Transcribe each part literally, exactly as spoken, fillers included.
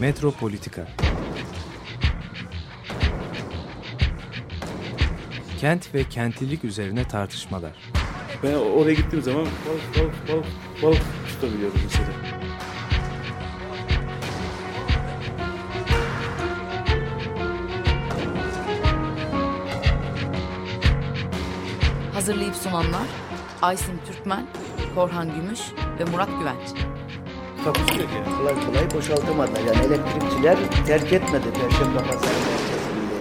Metropolitika. Kent ve kentlilik üzerine tartışmalar. Ben oraya gittiğim zaman balık balık balık balık tutabiliyordum mesela. Hazırlayıp sunanlar Aysin Türkmen, Korhan Gümüş ve Murat Güvenç. Takusu yok yani. Kolay kolay boşaltamadı. Yani elektrikçiler terk etmedi Perşembe Pazarı merkezinde.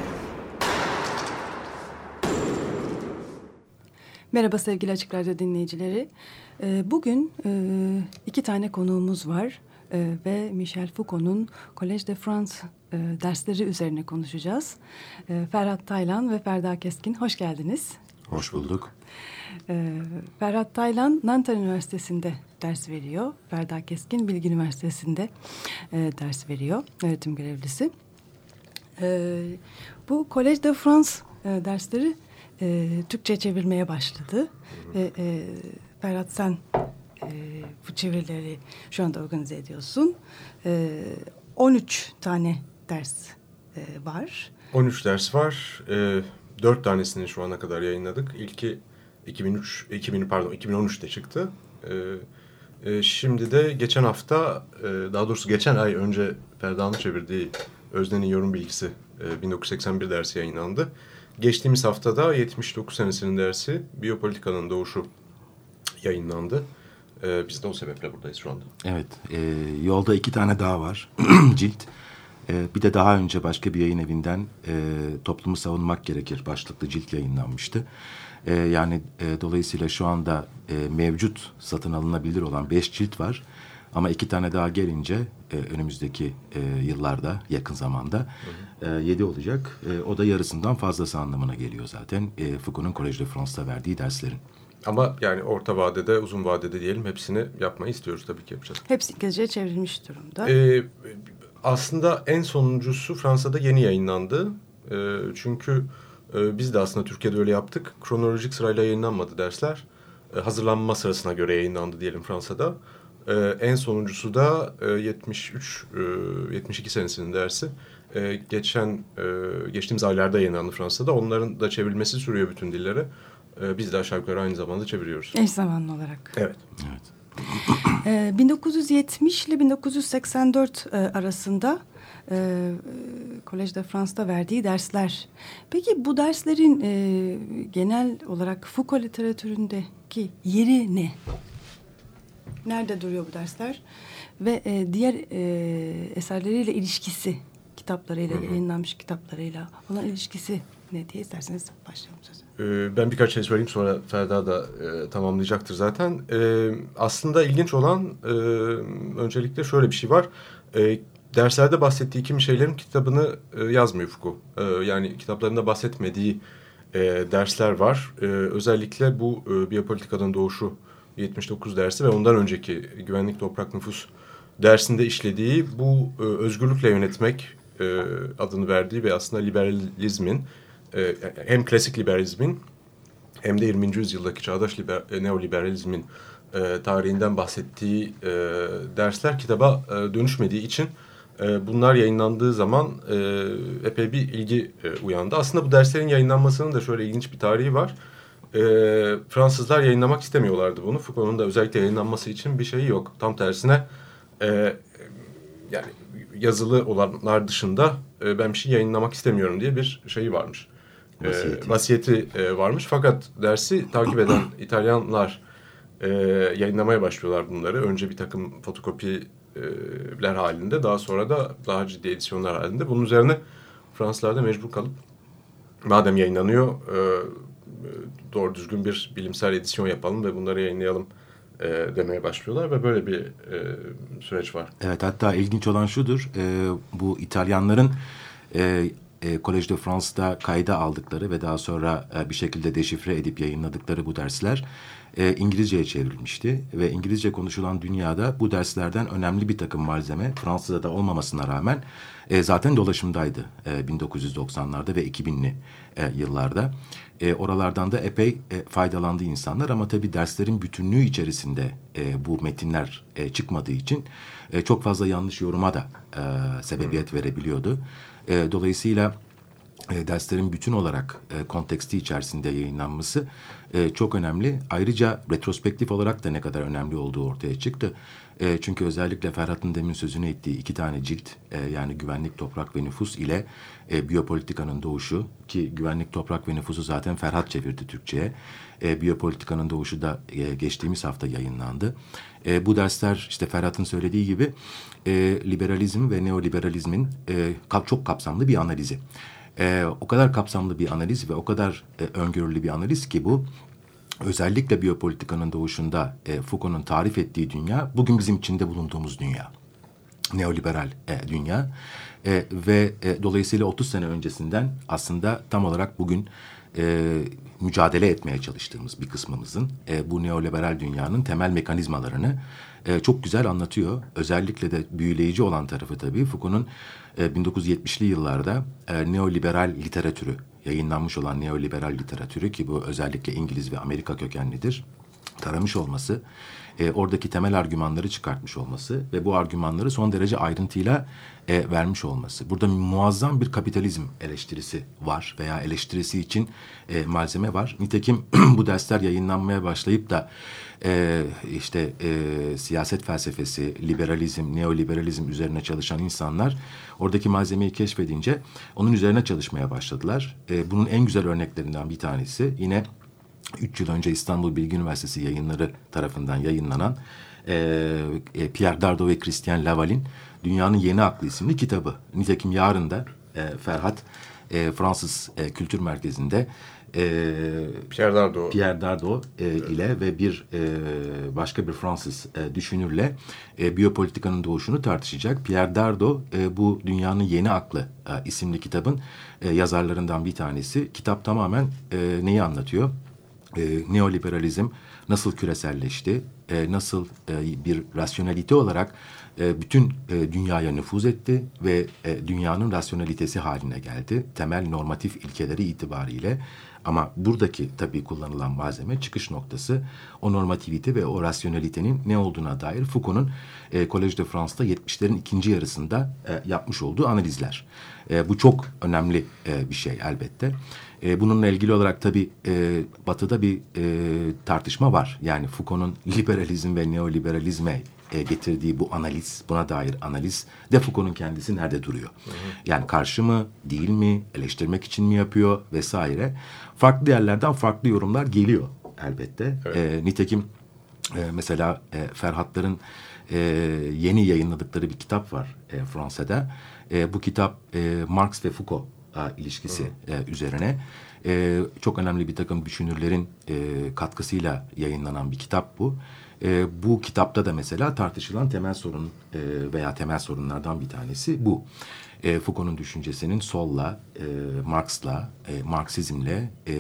Merhaba sevgili Açık Radyo dinleyicileri. Bugün iki tane konuğumuz var ve Michel Foucault'un Collège de France dersleri üzerine konuşacağız. Ferhat Taylan ve Ferda Keskin, hoş geldiniz. Hoş bulduk. Ferhat Taylan Nanterre Üniversitesi'nde ders veriyor. Ferda Keskin Bilgi Üniversitesi'nde ders veriyor. Öğretim görevlisi. Bu Collège de France dersleri Türkçe çevirmeye başladı. Ve Ferhat, sen bu çevirileri şu anda organize ediyorsun. on üç tane ders var. on üç ders var. dört tanesini şu ana kadar yayınladık. İlki iki bin üç, iki bin pardon iki bin on üçte çıktı. Şimdi de geçen hafta, daha doğrusu geçen ay önce Ferda'nın çevirdiği Özne'nin yorum bilgisi bin dokuz yüz seksen bir dersi yayınlandı. Geçtiğimiz haftada yetmiş dokuz senesinin dersi Biyopolitikanın Doğuşu yayınlandı. Ee, biz de o sebeple buradayız şu anda. Evet, e, yolda iki tane daha var cilt. E, bir de daha önce başka bir yayın evinden e, Toplumu Savunmak Gerekir başlıklı cilt yayınlanmıştı. E, yani e, dolayısıyla şu anda e, mevcut satın alınabilir olan beş cilt var. Ama iki tane daha gelince e, önümüzdeki e, yıllarda, yakın zamanda e, yedi olacak. E, o da yarısından fazlası anlamına geliyor zaten. E, Foucault'un Collège de France'da verdiği derslerin. Ama yani orta vadede, uzun vadede diyelim hepsini yapmayı istiyoruz, tabii ki yapacağız. Hepsi İngilizce'ye çevrilmiş durumda. Ee, aslında en sonuncusu Fransa'da yeni yayınlandı. Ee, çünkü e, biz de aslında Türkiye'de öyle yaptık. Kronolojik sırayla yayınlanmadı dersler. Ee, hazırlanma sırasına göre yayınlandı diyelim Fransa'da. Ee, en sonuncusu da e, yetmiş üç yetmiş iki senesinin dersi. Ee, geçen e, geçtiğimiz aylarda yayınlandı Fransa'da. Onların da çevrilmesi sürüyor bütün dillere. Ee, biz de aşağı yukarı aynı zamanda çeviriyoruz. Eş zamanlı olarak. Evet. Evet. Ee, bin dokuz yüz yetmiş ile bin dokuz yüz seksen dört e, arasında e, Collège de France'da verdiği dersler. Peki bu derslerin e, genel olarak Foucault literatüründeki yeri ne? Nerede duruyor bu dersler? Ve e, diğer e, eserleriyle ilişkisi, kitaplarıyla, hı hı. yayınlanmış kitaplarıyla olan ilişkisi ne diye isterseniz başlayalım sözü. Ee, ben birkaç şey söyleyeyim, sonra Ferda da e, tamamlayacaktır zaten. E, aslında ilginç olan e, öncelikle şöyle bir şey var. E, derslerde bahsettiği kimi şeylerin kitabını e, yazmıyor Foucault. E, yani kitaplarında bahsetmediği e, dersler var. E, özellikle bu e, Biyopolitikanın Doğuşu yetmiş dokuz dersi ve ondan önceki Güvenlik, Toprak, Nüfus dersinde işlediği bu e, özgürlükle yönetmek e, adını verdiği ve aslında liberalizmin, e, hem klasik liberalizmin hem de yirminci yüzyıldaki çağdaş liber, e, neoliberalizmin e, tarihinden bahsettiği e, dersler kitaba e, dönüşmediği için e, bunlar yayınlandığı zaman e, epey bir ilgi e, uyandı. Aslında bu derslerin yayınlanmasının da şöyle ilginç bir tarihi var. E, Fransızlar yayınlamak istemiyorlardı bunu. Foucault'un da özellikle yayınlanması için bir şeyi yok. Tam tersine e, yani yazılı olanlar dışında e, ben bir şey yayınlamak istemiyorum diye bir şeyi varmış. Vasiyeti, e, vasiyeti e, varmış. Fakat dersi takip eden İtalyanlar e, yayınlamaya başlıyorlar bunları. Önce bir takım fotokopiler halinde, daha sonra da daha ciddi edisyonlar halinde. Bunun üzerine Fransızlar da mecbur kalıp madem yayınlanıyor e, doğru düzgün bir bilimsel edisyon yapalım ve bunları yayınlayalım e, demeye başlıyorlar ve böyle bir e, süreç var. Evet, hatta ilginç olan şudur, e, bu İtalyanların e, e, Collège de France'da kayda aldıkları ve daha sonra e, bir şekilde deşifre edip yayınladıkları bu dersler e, İngilizceye çevrilmişti ve İngilizce konuşulan dünyada bu derslerden önemli bir takım malzeme Fransızca'da olmamasına rağmen e, zaten dolaşımdaydı e, bin dokuz yüz doksanlarda ve iki binli e, yıllarda. E, oralardan da epey e, faydalandı insanlar ama tabii derslerin bütünlüğü içerisinde e, bu metinler e, çıkmadığı için e, çok fazla yanlış yoruma da e, sebebiyet verebiliyordu. E, dolayısıyla e, derslerin bütün olarak e, konteksti içerisinde yayınlanması e, çok önemli. Ayrıca retrospektif olarak da ne kadar önemli olduğu ortaya çıktı. E, çünkü özellikle Ferhat'ın demin sözünü ettiği iki tane cilt e, yani Güvenlik, Toprak ve Nüfus ile e, Biyopolitikanın Doğuşu, ki Güvenlik, Toprak ve Nüfus'u zaten Ferhat çevirdi Türkçe'ye. E, Biyopolitikanın Doğuşu da e, geçtiğimiz hafta yayınlandı. E, bu dersler işte Ferhat'ın söylediği gibi e, liberalizm ve neoliberalizmin e, kap, çok kapsamlı bir analizi. E, o kadar kapsamlı bir analiz ve o kadar e, öngörülü bir analiz ki bu, özellikle biyopolitikanın doğuşunda e, Foucault'un tarif ettiği dünya bugün bizim içinde bulunduğumuz dünya. Neoliberal e, dünya e, ve e, dolayısıyla otuz sene öncesinden aslında tam olarak bugün e, mücadele etmeye çalıştığımız bir kısmımızın e, bu neoliberal dünyanın temel mekanizmalarını e, çok güzel anlatıyor. Özellikle de büyüleyici olan tarafı tabii Foucault'un e, bin dokuz yüz yetmişli yıllarda e, neoliberal literatürü, yayınlanmış olan neoliberal literatürü, ki bu özellikle İngiliz ve Amerika kökenlidir, taramış olması, e, oradaki temel argümanları çıkartmış olması ve bu argümanları son derece ayrıntıyla e, vermiş olması. Burada muazzam bir kapitalizm eleştirisi var veya eleştirisi için e, malzeme var. Nitekim bu dersler yayınlanmaya başlayıp da e, işte e, siyaset felsefesi, liberalizm, neoliberalizm üzerine çalışan insanlar oradaki malzemeyi keşfedince onun üzerine çalışmaya başladılar. E, bunun en güzel örneklerinden bir tanesi yine Üç yıl önce İstanbul Bilgi Üniversitesi yayınları tarafından yayınlanan e, e, Pierre Dardot ve Christian Laval'in Dünyanın Yeni Aklı isimli kitabı. Nitekim yarın da e, Ferhat e, Fransız e, Kültür Merkezi'nde e, Pierre Dardot, Pierre Dardot e, evet. ile ve bir e, başka bir Fransız e, düşünürle e, biyopolitikanın doğuşunu tartışacak. Pierre Dardot e, bu Dünyanın Yeni Aklı e, isimli kitabın e, yazarlarından bir tanesi. Kitap tamamen e, neyi anlatıyor? E, neoliberalizm nasıl küreselleşti, e, nasıl e, bir rasyonalite olarak e, bütün e, dünyaya nüfuz etti ve e, dünyanın rasyonalitesi haline geldi. Temel normatif ilkeleri itibariyle. Ama buradaki tabii kullanılan malzeme, çıkış noktası o normativite ve o rasyonalitenin ne olduğuna dair Foucault'un e, Collège de France'da yetmişlerin ikinci yarısında e, yapmış olduğu analizler. E, bu çok önemli e, bir şey elbette. E, bununla ilgili olarak tabii e, Batı'da bir e, tartışma var. Yani Foucault'un liberalizm ve neoliberalizme e, getirdiği bu analiz, buna dair analiz de Foucault'un kendisi nerede duruyor? Hı hı. Yani karşı mı, değil mi, eleştirmek için mi yapıyor vesaire. Farklı yerlerden farklı yorumlar geliyor elbette. Evet. E, nitekim e, mesela e, Ferhatların e, yeni yayınladıkları bir kitap var e, Fransa'da. E, bu kitap e, Marx ve Foucault e, ilişkisi e, üzerine. E, çok önemli bir takım düşünürlerin e, katkısıyla yayınlanan bir kitap bu. E, bu kitapta da mesela tartışılan temel sorun e, veya temel sorunlardan bir tanesi bu. E, Foucault'un düşüncesinin solla, e, Marx'la, e, Marksizmle e,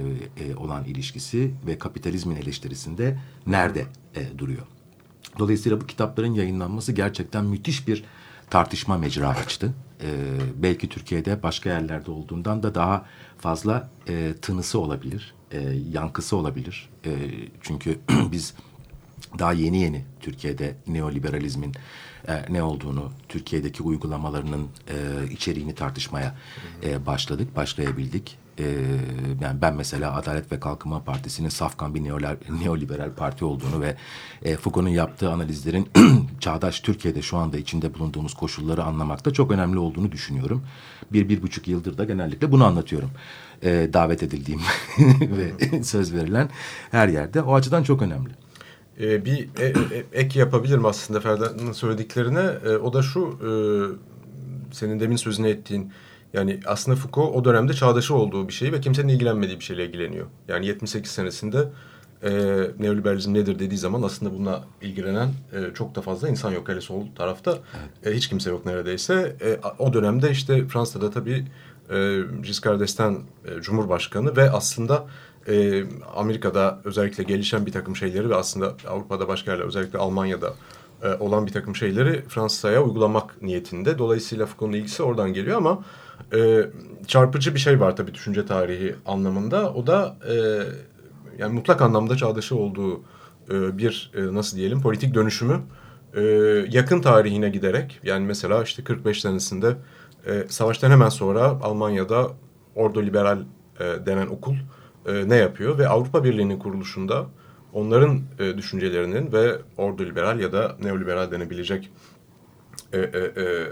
e, olan ilişkisi ve kapitalizmin eleştirisinde nerede e, duruyor? Dolayısıyla bu kitapların yayınlanması gerçekten müthiş bir tartışma mecra açtı. E, belki Türkiye'de başka yerlerde olduğundan da daha fazla e, tınısı olabilir, e, yankısı olabilir. E, çünkü biz daha yeni yeni Türkiye'de neoliberalizmin e, ne olduğunu, Türkiye'deki uygulamalarının e, içeriğini tartışmaya e, başladık, başlayabildik. E, yani ben mesela Adalet ve Kalkınma Partisi'nin safkan bir neoler, neoliberal parti olduğunu ve e, Foucault'un yaptığı analizlerin çağdaş Türkiye'de şu anda içinde bulunduğumuz koşulları anlamakta çok önemli olduğunu düşünüyorum. Bir, bir buçuk yıldır da genellikle bunu anlatıyorum. E, davet edildiğim ve söz verilen her yerde. O açıdan çok önemli. Ee, bir e, e, ek yapabilirim aslında Ferdat'ın söylediklerine. E, o da şu, e, senin demin sözünü ettiğin, yani aslında Foucault o dönemde çağdaşı olduğu bir şey ve kimsenin ilgilenmediği bir şeyle ilgileniyor. Yani yetmiş sekiz senesinde e, neoliberalizm nedir dediği zaman aslında bununla ilgilenen e, çok da fazla insan yok. Hele sol tarafta evet. e, hiç kimse yok neredeyse. E, o dönemde işte Fransa'da tabii e, Giscard d'Estaing e, Cumhurbaşkanı ve aslında e, Amerika'da özellikle gelişen bir takım şeyleri ve aslında Avrupa'da başka yerler, özellikle Almanya'da e, olan bir takım şeyleri Fransa'ya uygulamak niyetinde. Dolayısıyla Foucault'un ilgisi oradan geliyor ama e, çarpıcı bir şey var tabii düşünce tarihi anlamında. O da e, yani mutlak anlamda çağdaşı olduğu e, bir e, nasıl diyelim politik dönüşümü e, yakın tarihine giderek, yani mesela işte kırk beş senesinde e, savaştan hemen sonra Almanya'da Ordo Liberal e, denen okul e, ne yapıyor ve Avrupa Birliği'nin kuruluşunda onların e, düşüncelerinin ve Ordo Liberal ya da neoliberal denebilecek e, e, e,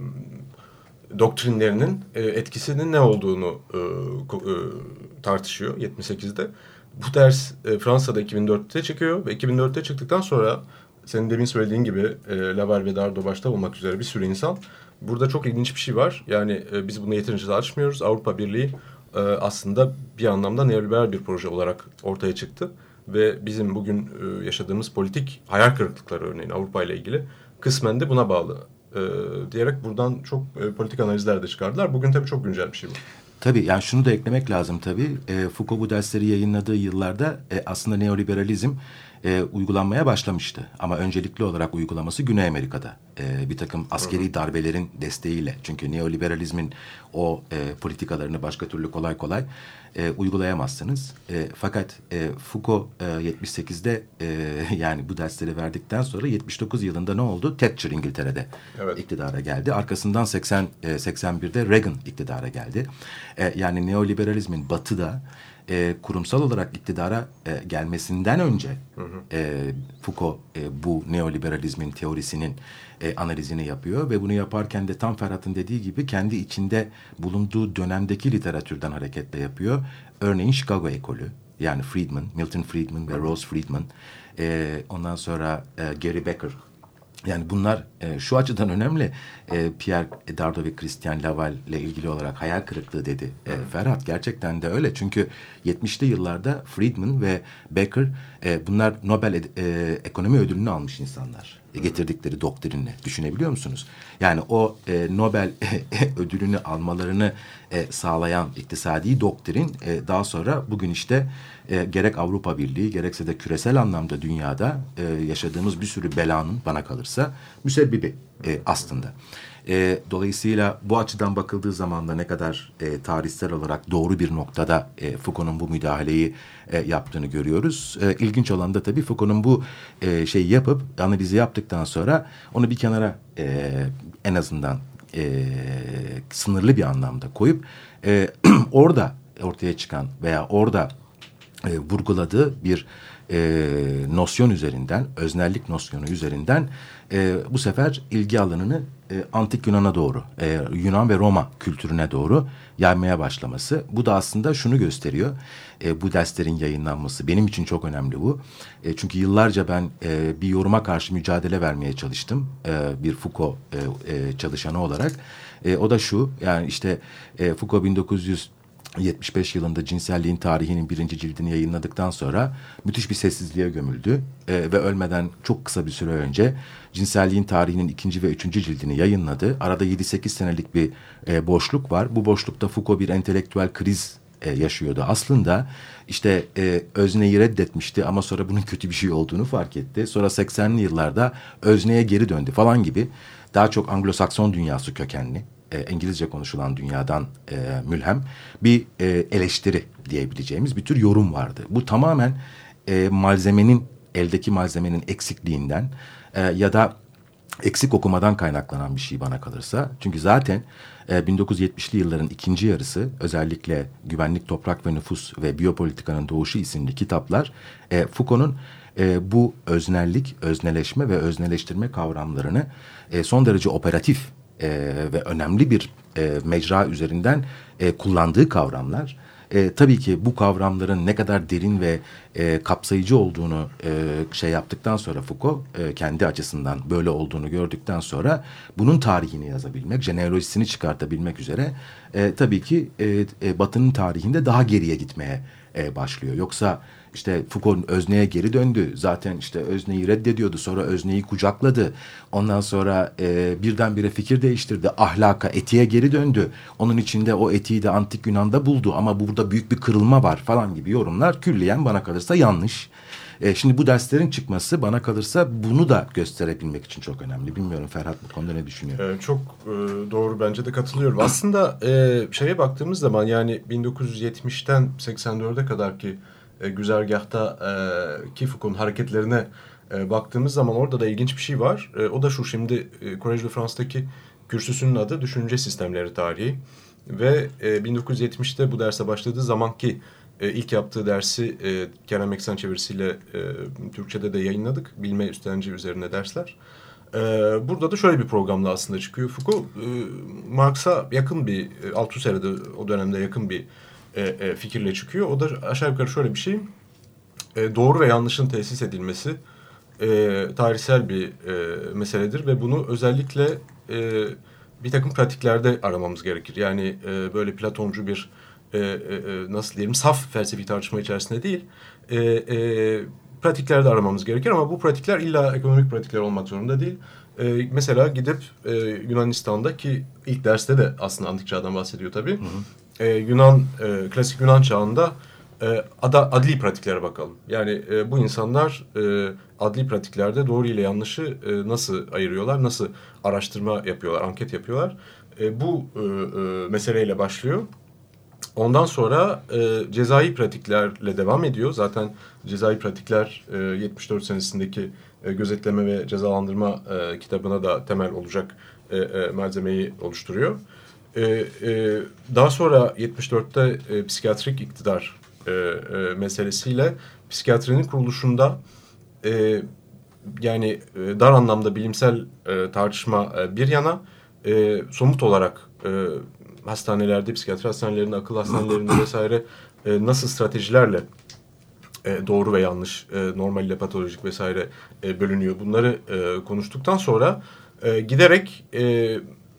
doktrinlerinin e, etkisinin ne olduğunu e, e, tartışıyor yetmiş sekizde. Bu ders e, Fransa'da iki bin dörtte çıkıyor ve iki bin dörtte çıktıktan sonra senin demin söylediğin gibi e, Laval ve Dardo başta olmak üzere bir sürü insan. Burada çok ilginç bir şey var. Yani e, biz bunu yeterince tartışmıyoruz. Avrupa Birliği e, aslında bir anlamda neoliberal bir proje olarak ortaya çıktı. Ve bizim bugün e, yaşadığımız politik hayal kırıklıkları örneğin Avrupa ile ilgili kısmen de buna bağlı e, diyerek buradan çok e, politik analizler de çıkardılar. Bugün tabii çok güncel bir şey bu. Tabii yani şunu da eklemek lazım tabii. E, Foucault bu dersleri yayınladığı yıllarda e, aslında neoliberalizm e, uygulanmaya başlamıştı. Ama öncelikli olarak uygulaması Güney Amerika'da. E, bir takım askeri darbelerin desteğiyle. Çünkü neoliberalizmin o e, politikalarını başka türlü kolay kolay e, uygulayamazsınız. E, fakat e, Foucault e, yetmiş sekizde e, yani bu dersleri verdikten sonra yetmiş dokuz yılında ne oldu? Thatcher İngiltere'de evet. iktidara geldi. Arkasından seksen, e, seksen birde Reagan iktidara geldi. E, yani neoliberalizmin batıda e, kurumsal olarak iktidara e, gelmesinden önce hı hı. E, Foucault e, bu neoliberalizmin teorisinin e, analizini yapıyor ve bunu yaparken de tam Ferhat'ın dediği gibi kendi içinde bulunduğu dönemdeki literatürden hareketle yapıyor. Örneğin Chicago ekolü, yani Friedman, Milton Friedman ve Rose Friedman, e, ondan sonra e, Gary Becker. Yani bunlar e, şu açıdan önemli. E, Pierre Dardo ve Christian Laval ile ilgili olarak hayal kırıklığı dedi e, Ferhat. Gerçekten de öyle. Çünkü yetmişli yıllarda Friedman ve Becker e, bunlar Nobel e, ekonomi ödülünü almış insanlar. E, getirdikleri doktrinle. Düşünebiliyor musunuz? Yani o e, Nobel ödülünü almalarını e, sağlayan iktisadi doktrin e, daha sonra bugün işte e, gerek Avrupa Birliği gerekse de küresel anlamda dünyada e, yaşadığımız bir sürü belanın bana kalırsa müsebbibi e, aslında. E, dolayısıyla bu açıdan bakıldığı zaman da ne kadar e, tarihsel olarak doğru bir noktada e, Foucault'un bu müdahaleyi e, yaptığını görüyoruz. E, ilginç olan da tabii Foucault'un bu e, şeyi yapıp analizi yaptıktan sonra onu bir kenara e, en azından e, sınırlı bir anlamda koyup e, orada ortaya çıkan veya orada e, vurguladığı bir e, nosyon üzerinden, öznellik nosyonu üzerinden e, bu sefer ilgi alanını e, antik Yunan'a doğru, e, Yunan ve Roma kültürüne doğru yaymaya başlaması. Bu da aslında şunu gösteriyor. E, bu derslerin yayınlanması benim için çok önemli bu. E, çünkü yıllarca ben e, bir yoruma karşı mücadele vermeye çalıştım. E, bir Foucault e, e, çalışanı olarak. E, o da şu, yani işte e, Foucault bin dokuz yüz yetmiş beş yılında Cinselliğin Tarihi'nin birinci cildini yayınladıktan sonra müthiş bir sessizliğe gömüldü. Ee, ve ölmeden çok kısa bir süre önce Cinselliğin Tarihi'nin ikinci ve üçüncü cildini yayınladı. Arada yedi sekiz senelik bir e, boşluk var. Bu boşlukta Foucault bir entelektüel kriz e, yaşıyordu. Aslında işte e, özneyi reddetmişti ama sonra bunun kötü bir şey olduğunu fark etti. Sonra seksenli yıllarda özneye geri döndü falan gibi. Daha çok Anglo-Sakson dünyası kökenli, E, İngilizce konuşulan dünyadan e, mülhem bir e, eleştiri diyebileceğimiz bir tür yorum vardı. Bu tamamen e, malzemenin, eldeki malzemenin eksikliğinden e, ya da eksik okumadan kaynaklanan bir şey bana kalırsa. Çünkü zaten e, bin dokuz yüz yetmişli yılların ikinci yarısı özellikle Güvenlik, Toprak ve Nüfus ve Biyopolitikanın Doğuşu isimli kitaplar e, Foucault'un e, bu öznellik, özneleşme ve özneleştirme kavramlarını e, son derece operatif Ee, ve önemli bir e, mecra üzerinden e, kullandığı kavramlar. E, tabii ki bu kavramların ne kadar derin ve e, kapsayıcı olduğunu e, şey yaptıktan sonra Foucault e, kendi açısından böyle olduğunu gördükten sonra bunun tarihini yazabilmek, jenealojisini çıkartabilmek üzere e, tabii ki e, e, Batı'nın tarihinde daha geriye gitmeye e, başlıyor. Yoksa işte Foucault'un özneye geri döndü. Zaten işte özneyi reddediyordu. Sonra özneyi kucakladı. Ondan sonra e, birdenbire fikir değiştirdi. Ahlaka, etiğe geri döndü. Onun içinde o etiği de antik Yunan'da buldu. Ama burada büyük bir kırılma var falan gibi yorumlar külliyen bana kalırsa yanlış. E, şimdi bu derslerin çıkması bana kalırsa bunu da gösterebilmek için çok önemli. Bilmiyorum Ferhat bu konuda ne düşünüyor? Ee, çok e, doğru, bence de katılıyorum. Aslında e, şeye baktığımız zaman yani bin dokuz yüz yetmişten seksen dörde kadar ki e, güzergahta e, ki Foucault'un hareketlerine e, baktığımız zaman orada da ilginç bir şey var. E, o da şu, şimdi e, Collège de France'daki kürsüsünün adı Düşünce Sistemleri Tarihi. Ve e, bin dokuz yüz yetmişte bu derse başladığı zamanki e, ilk yaptığı dersi e, Kerem Eksen çevirisiyle e, Türkçe'de de yayınladık. Bilme üstenci üzerine dersler. E, burada da şöyle bir programla aslında çıkıyor Foucault. E, Marx'a yakın bir, e, Althusser'e de o dönemde yakın bir e, e, fikirle çıkıyor. O da aşağı yukarı şöyle bir şey. E, doğru ve yanlışın tesis edilmesi e, tarihsel bir e, meseledir ve bunu özellikle e, bir takım pratiklerde aramamız gerekir. Yani e, böyle Platoncu bir e, e, nasıl diyelim saf felsefi tartışma içerisinde değil, e, e, pratiklerde aramamız gerekir ama bu pratikler illa ekonomik pratikler olmak zorunda değil. E, mesela gidip e, Yunanistan'da, ki ilk derste de aslında antik çağdan bahsediyor tabii. Hı hı. E, Yunan e, klasik Yunan çağında e, ada, adli pratiklere bakalım. Yani e, bu insanlar e, adli pratiklerde doğru ile yanlışı e, nasıl ayırıyorlar, nasıl araştırma yapıyorlar, anket yapıyorlar. E, bu e, e, meseleyle başlıyor. Ondan sonra e, cezai pratiklerle devam ediyor. Zaten cezai pratikler e, yetmiş dört senesindeki e, gözetleme ve cezalandırma e, kitabına da temel olacak e, e, malzemeyi oluşturuyor. E, e, daha sonra yetmiş dörtte e, psikiyatrik iktidar e, e, meselesiyle psikiyatrinin kuruluşunda e, yani e, dar anlamda bilimsel e, tartışma e, bir yana, e, somut olarak e, hastanelerde, psikiyatri hastanelerinde, akıl hastanelerinde vesaire e, nasıl stratejilerle e, doğru ve yanlış, e, normal ile patolojik vesaire e, bölünüyor. Bunları e, konuştuktan sonra e, giderek e,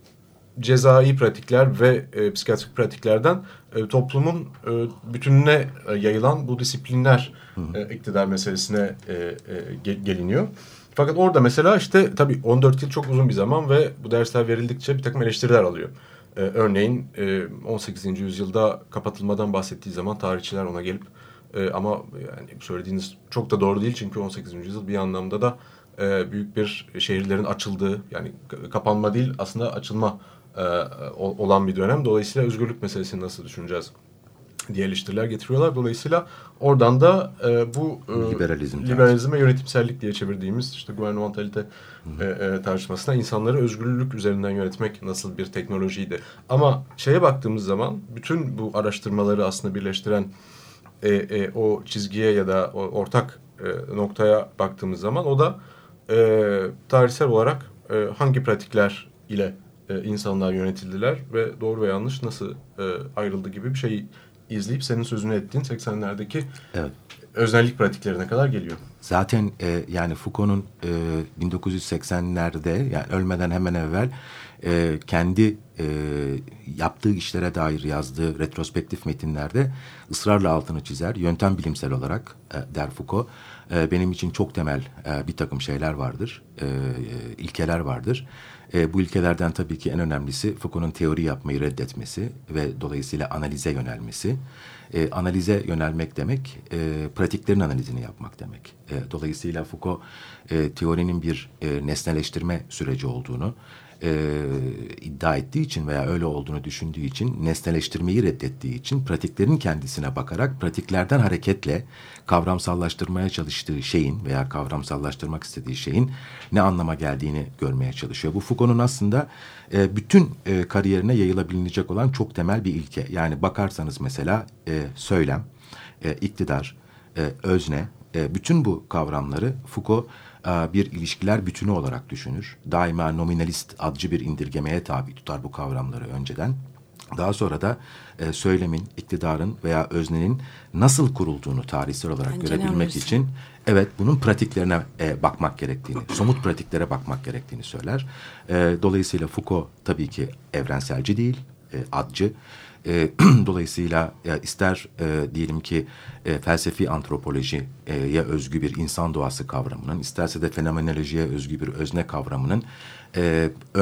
cezai pratikler ve e, psikiyatrik pratiklerden e, toplumun e, bütününe e, yayılan bu disiplinler e, iktidar meselesine e, e, gel- geliniyor. Fakat orada mesela işte tabii on dört yıl çok uzun bir zaman ve bu dersler verildikçe bir takım eleştiriler alıyor. Ee, örneğin e, on sekizinci yüzyılda kapatılmadan bahsettiği zaman tarihçiler ona gelip e, ama yani söylediğiniz çok da doğru değil, çünkü on sekizinci yüzyıl bir anlamda da e, büyük bir şehirlerin açıldığı, yani kapanma değil aslında açılma e, olan bir dönem. Dolayısıyla özgürlük meselesini nasıl düşüneceğiz diye eleştiriler getiriyorlar. Dolayısıyla oradan da e, bu e, liberalizm, liberalizm ve yönetimsellik diye çevirdiğimiz işte gouvernementalite e, e, tartışmasına insanları özgürlük üzerinden yönetmek nasıl bir teknolojiydi. Ama şeye baktığımız zaman bütün bu araştırmaları aslında birleştiren e, e, o çizgiye ya da o ortak e, noktaya baktığımız zaman o da e, tarihsel olarak e, hangi pratikler ile e, insanlar yönetildiler ve doğru ve yanlış nasıl e, ayrıldı gibi bir şey izleyip senin sözünü ettiğin seksenlerdeki evet. öznellik pratiklerine kadar geliyor. Zaten e, yani Foucault'un e, bin dokuz yüz seksenlerde yani ölmeden hemen evvel e, kendi e, yaptığı işlere dair yazdığı retrospektif metinlerde ısrarla altını çizer. Yöntem bilimsel olarak e, der Foucault, e, benim için çok temel e, bir takım şeyler vardır, e, e, ilkeler vardır. E, bu ilkelerden tabii ki en önemlisi Foucault'un teori yapmayı reddetmesi ve dolayısıyla analize yönelmesi. E, analize yönelmek demek, e, pratiklerin analizini yapmak demek. E, dolayısıyla Foucault e, teorinin bir e, nesneleştirme süreci olduğunu e, iddia ettiği için veya öyle olduğunu düşündüğü için, nesneleştirmeyi reddettiği için pratiklerin kendisine bakarak pratiklerden hareketle kavramsallaştırmaya çalıştığı şeyin veya kavramsallaştırmak istediği şeyin ne anlama geldiğini görmeye çalışıyor. Bu Foucault'un aslında e, bütün e, kariyerine yayılabilecek olan çok temel bir ilke. Yani bakarsanız mesela e, söylem, e, iktidar, e, özne, e, bütün bu kavramları Foucault e, bir ilişkiler bütünü olarak düşünür. Daima nominalist adcı bir indirgemeye tabi tutar bu kavramları önceden. Daha sonra da e, söylemin, iktidarın veya öznenin nasıl kurulduğunu tarihsel olarak Bence görebilmek için evet bunun pratiklerine e, bakmak gerektiğini, somut pratiklere bakmak gerektiğini söyler. E, dolayısıyla Foucault tabii ki evrenselci değil, e, adcı. E, dolayısıyla e, ister e, diyelim ki e, felsefi antropolojiye özgü bir insan doğası kavramının, isterse de fenomenolojiye özgü bir özne kavramının e, ön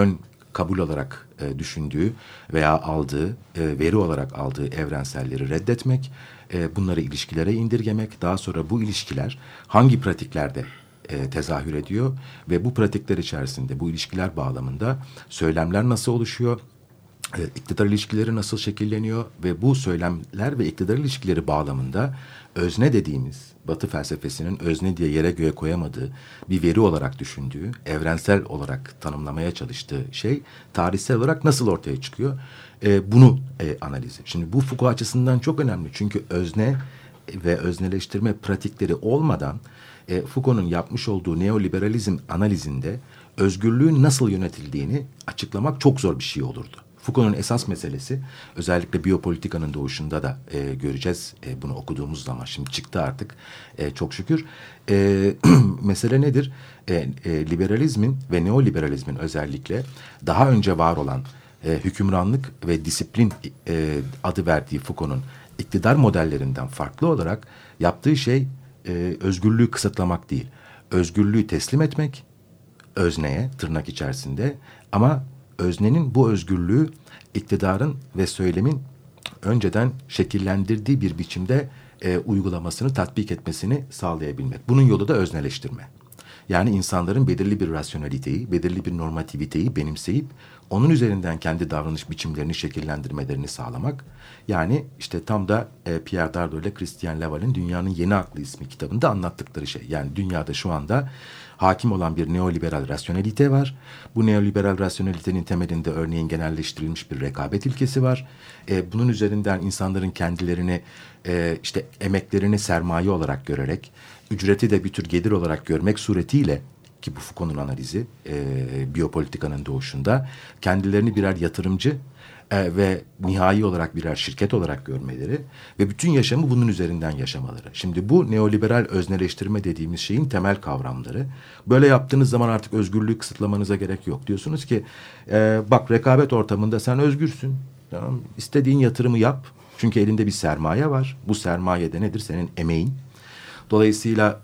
kabul olarak e, düşündüğü veya aldığı, e, veri olarak aldığı evrenselleri reddetmek, e, bunları ilişkilere indirgemek, daha sonra bu ilişkiler hangi pratiklerde e, tezahür ediyor ve bu pratikler içerisinde, bu ilişkiler bağlamında söylemler nasıl oluşuyor, e, iktidar ilişkileri nasıl şekilleniyor ve bu söylemler ve iktidar ilişkileri bağlamında özne dediğimiz, Batı felsefesinin özne diye yere göğe koyamadığı, bir veri olarak düşündüğü, evrensel olarak tanımlamaya çalıştığı şey tarihsel olarak nasıl ortaya çıkıyor? E, bunu e, analizi. Şimdi bu Foucault açısından çok önemli. Çünkü özne ve özneleştirme pratikleri olmadan e, Foucault'un yapmış olduğu neoliberalizm analizinde özgürlüğün nasıl yönetildiğini açıklamak çok zor bir şey olurdu. Foucault'un esas meselesi, özellikle biyopolitikanın doğuşunda da e, göreceğiz e, bunu okuduğumuz zaman. Şimdi çıktı artık e, çok şükür. E, mesele nedir? E, e, liberalizmin ve neoliberalizmin özellikle daha önce var olan e, hükümranlık ve disiplin e, adı verdiği Foucault'un iktidar modellerinden farklı olarak yaptığı şey e, özgürlüğü kısıtlamak değil. Özgürlüğü teslim etmek özneye, tırnak içerisinde, ama öznenin bu özgürlüğü iktidarın ve söylemin önceden şekillendirdiği bir biçimde e, uygulamasını, tatbik etmesini sağlayabilmek. Bunun yolu da özneleştirme. Yani insanların belirli bir rasyoneliteyi, belirli bir normativiteyi benimseyip onun üzerinden kendi davranış biçimlerini şekillendirmelerini sağlamak. Yani işte tam da e, Pierre Dardot ile Christian Laval'in Dünyanın Yeni Aklı ismi kitabında anlattıkları şey. Yani dünyada şu anda hakim olan bir neoliberal rasyonelite var. Bu neoliberal rasyonelitenin temelinde örneğin genelleştirilmiş bir rekabet ilkesi var. E, bunun üzerinden insanların kendilerini e, işte emeklerini sermaye olarak görerek, ücreti de bir tür gelir olarak görmek suretiyle, ki bu Foucault'un analizi e, biyopolitikanın doğuşunda, kendilerini birer yatırımcı e, ve nihai olarak birer şirket olarak görmeleri ve bütün yaşamı bunun üzerinden yaşamaları. Şimdi bu neoliberal özneleştirme dediğimiz şeyin temel kavramları. Böyle yaptığınız zaman artık özgürlüğü kısıtlamanıza gerek yok. Diyorsunuz ki e, bak, rekabet ortamında sen özgürsün. Tamam, istediğin yatırımı yap. Çünkü elinde bir sermaye var. Bu sermaye de nedir? Senin emeğin. Dolayısıyla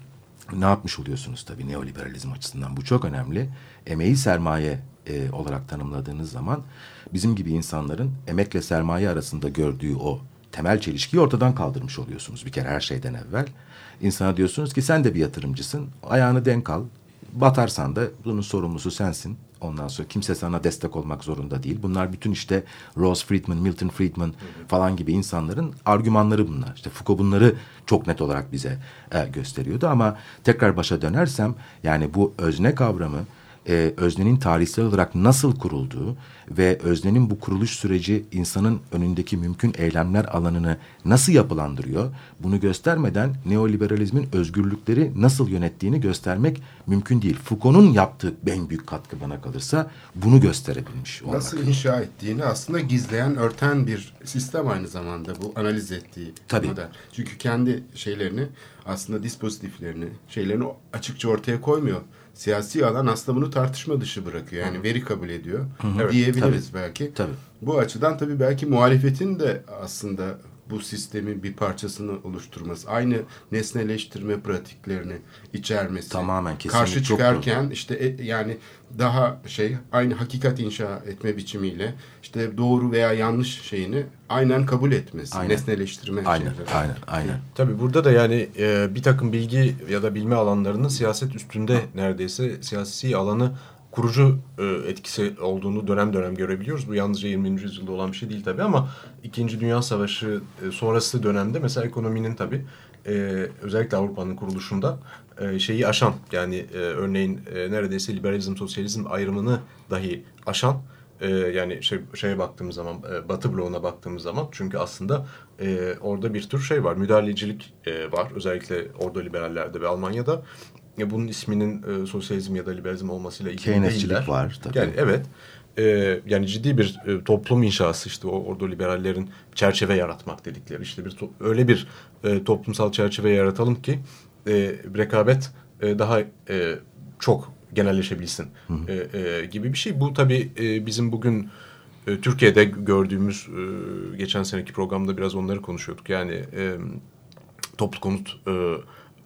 ne yapmış oluyorsunuz tabii neoliberalizm açısından? Bu çok önemli. Emeği sermaye e, olarak tanımladığınız zaman bizim gibi insanların emekle sermaye arasında gördüğü o temel çelişkiyi ortadan kaldırmış oluyorsunuz bir kere her şeyden evvel. İnsana diyorsunuz ki sen de bir yatırımcısın. Ayağını denk al. Batarsan da bunun sorumlusu sensin. Ondan sonra kimse sana destek olmak zorunda değil. Bunlar bütün işte Rose Friedman, Milton Friedman falan gibi insanların argümanları bunlar. İşte Foucault bunları çok net olarak bize e, gösteriyordu. Ama tekrar başa dönersem, yani bu özne kavramı, e, öznenin tarihsel olarak nasıl kurulduğu ve öznenin bu kuruluş süreci insanın önündeki mümkün eylemler alanını nasıl yapılandırıyor, bunu göstermeden neoliberalizmin özgürlükleri nasıl yönettiğini göstermek mümkün değil. Foucault'un yaptığı en büyük katkı bana kalırsa bunu gösterebilmiş olmak. Nasıl inşa ettiğini aslında gizleyen, örten bir sistem aynı zamanda bu analiz ettiği Tabii. model. Çünkü kendi şeylerini, aslında dispozitiflerini, şeylerini açıkça ortaya koymuyor. Siyasi alan aslında bunu tartışma dışı bırakıyor. Yani veri kabul ediyor Evet, diyebiliriz tabii, belki. Tabii. Bu açıdan tabii belki muhalefetin de aslında bu sistemin bir parçasını oluşturması, aynı nesneleştirme pratiklerini içermesi. Tamamen, kesinlikle. Karşı çıkarken işte e, yani daha şey, aynı hakikat inşa etme biçimiyle işte doğru veya yanlış şeyini aynen kabul etmesi, Aynen. nesneleştirme Aynen, şeyleri. aynen, aynen. Tabii burada da yani e, bir takım bilgi ya da bilme alanlarının siyaset üstünde neredeyse siyasi alanı kurucu e, etkisi olduğunu dönem dönem görebiliyoruz. Bu yalnızca yirminci yüzyılda olan bir şey değil tabii, ama İkinci Dünya Savaşı e, sonrası dönemde mesela ekonominin tabii e, özellikle Avrupa'nın kuruluşunda e, şeyi aşan, yani e, örneğin e, neredeyse liberalizm, sosyalizm ayrımını dahi aşan, e, yani şey, şeye baktığımız zaman, e, Batı bloğuna baktığımız zaman, çünkü aslında e, orada bir tür şey var, müdahalecilik e, var, özellikle orada liberallerde ve Almanya'da. Ya bunun isminin e, sosyalizm ya da liberalizm olmasıyla ilgili Keynesçilik değiller. var tabii. Yani evet. E, yani ciddi bir e, toplum inşası, işte o orada liberallerin çerçeve yaratmak dedikleri, işte bir to- öyle bir e, toplumsal çerçeve yaratalım ki e, rekabet e, daha e, çok genelleşebilsin e, e, gibi bir şey. Bu tabii e, bizim bugün e, Türkiye'de gördüğümüz, e, geçen seneki programda biraz onları konuşuyorduk. Yani e, toplu konut e,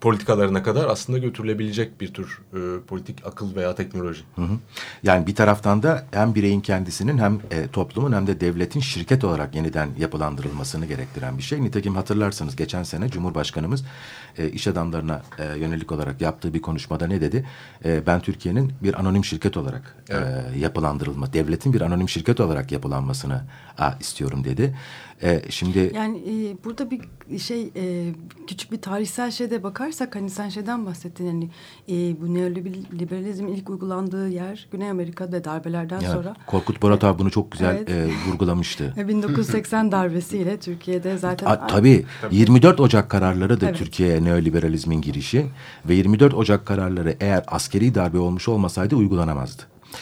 politikalarına kadar aslında götürülebilecek bir tür e, politik akıl veya teknoloji. Hı hı. Yani bir taraftan da hem bireyin kendisinin hem e, toplumun hem de devletin şirket olarak yeniden yapılandırılmasını gerektiren bir şey. Nitekim hatırlarsanız geçen sene Cumhurbaşkanımız e, iş adamlarına e, yönelik olarak yaptığı bir konuşmada ne dedi? E, ben Türkiye'nin bir anonim şirket olarak evet. e, yapılandırılma, devletin bir anonim şirket olarak yapılanmasını a, istiyorum dedi. E, şimdi yani e, burada bir şey e, küçük bir tarihsel şeyde bakarsak hani sen şeyden bahsettin yani e, bu neoliberalizmin ilk uygulandığı yer Güney Amerika'da darbelerden yani, sonra. Korkut Borat abi bunu çok güzel evet. e, vurgulamıştı. bin dokuz yüz seksen darbesiyle Türkiye'de zaten. A, tabii yirmi dört Ocak kararları da evet. Türkiye'ye neoliberalizmin girişi ve yirmi dört Ocak kararları eğer askeri darbe olmuş olmasaydı uygulanamazdı.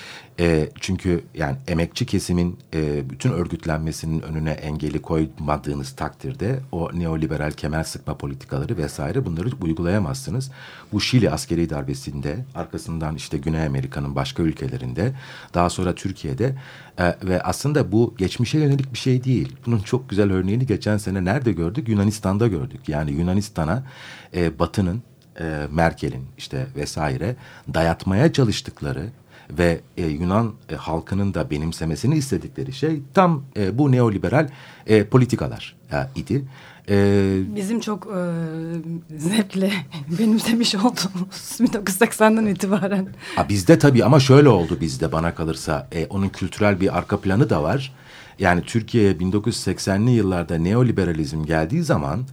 E, çünkü yani emekçi kesimin e, bütün örgütlenmesinin önüne engeli koymadığınız takdirde o neoliberal kemer sıkma politikaları vesaire bunları uygulayamazsınız. Bu Şili askeri darbesinde arkasından işte Güney Amerika'nın başka ülkelerinde daha sonra Türkiye'de e, ve aslında bu geçmişe yönelik bir şey değil. Bunun çok güzel örneğini geçen sene nerede gördük? Yunanistan'da gördük. Yani Yunanistan'a e, Batı'nın e, Merkel'in işte vesaire dayatmaya çalıştıkları ve e, Yunan e, halkının da benimsemesini istedikleri şey tam e, bu neoliberal e, politikalar e, idi. E, Bizim çok e, zevkle benimsemiş olduğumuz bin dokuz yüz seksenden itibaren. a, bizde tabii ama şöyle oldu bizde bana kalırsa e, onun kültürel bir arka planı da var. Yani Türkiye'ye bin dokuz yüz seksenli yıllarda neoliberalizm geldiği zaman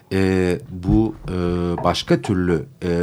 e, bu e, başka türlü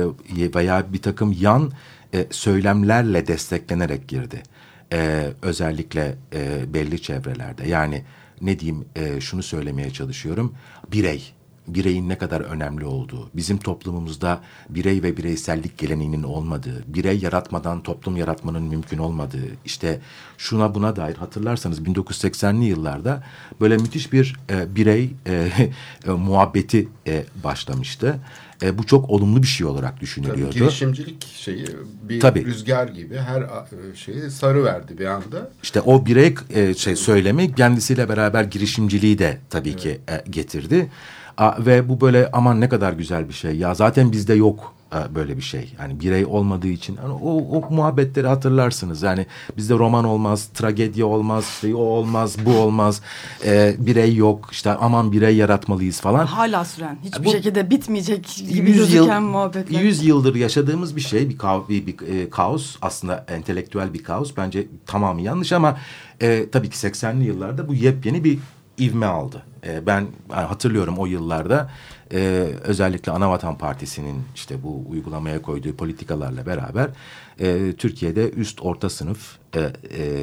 e, veya bir takım yan E, söylemlerle desteklenerek girdi. E, özellikle e, belli çevrelerde. Yani ne diyeyim e, şunu söylemeye çalışıyorum. Birey, bireyin ne kadar önemli olduğu, bizim toplumumuzda birey ve bireysellik geleneğinin olmadığı, birey yaratmadan toplum yaratmanın mümkün olmadığı, işte şuna buna dair hatırlarsanız bin dokuz yüz seksenli yıllarda böyle müthiş bir e, birey e, e, muhabbeti e, başlamıştı. E, bu çok olumlu bir şey olarak düşünülüyordu. Tabii girişimcilik şeyi bir Tabii. rüzgar gibi her şeyi sarıverdi bir anda. İşte o birey e, şey söylemi kendisiyle beraber girişimciliği de tabii evet. ki e, getirdi. A, ve bu böyle aman ne kadar güzel bir şey. Ya zaten bizde yok e, böyle bir şey. Yani birey olmadığı için hani o, o muhabbetleri hatırlarsınız. Yani bizde roman olmaz, tragedya olmaz, işte o olmaz, bu olmaz. E, birey yok. İşte aman birey yaratmalıyız falan. Hala süren, hiçbir bu, şekilde bitmeyecek gibi gözüken muhabbetler. Yüz yıldır yaşadığımız bir şey, bir, ka bir, bir e, kaos. Aslında entelektüel bir kaos. Bence tamamı yanlış ama e, tabii ki seksenli yıllarda bu yepyeni bir ivme aldı. E, ben yani hatırlıyorum o yıllarda e, özellikle Anavatan Partisi'nin işte bu uygulamaya koyduğu politikalarla beraber e, Türkiye'de üst orta sınıf e, e,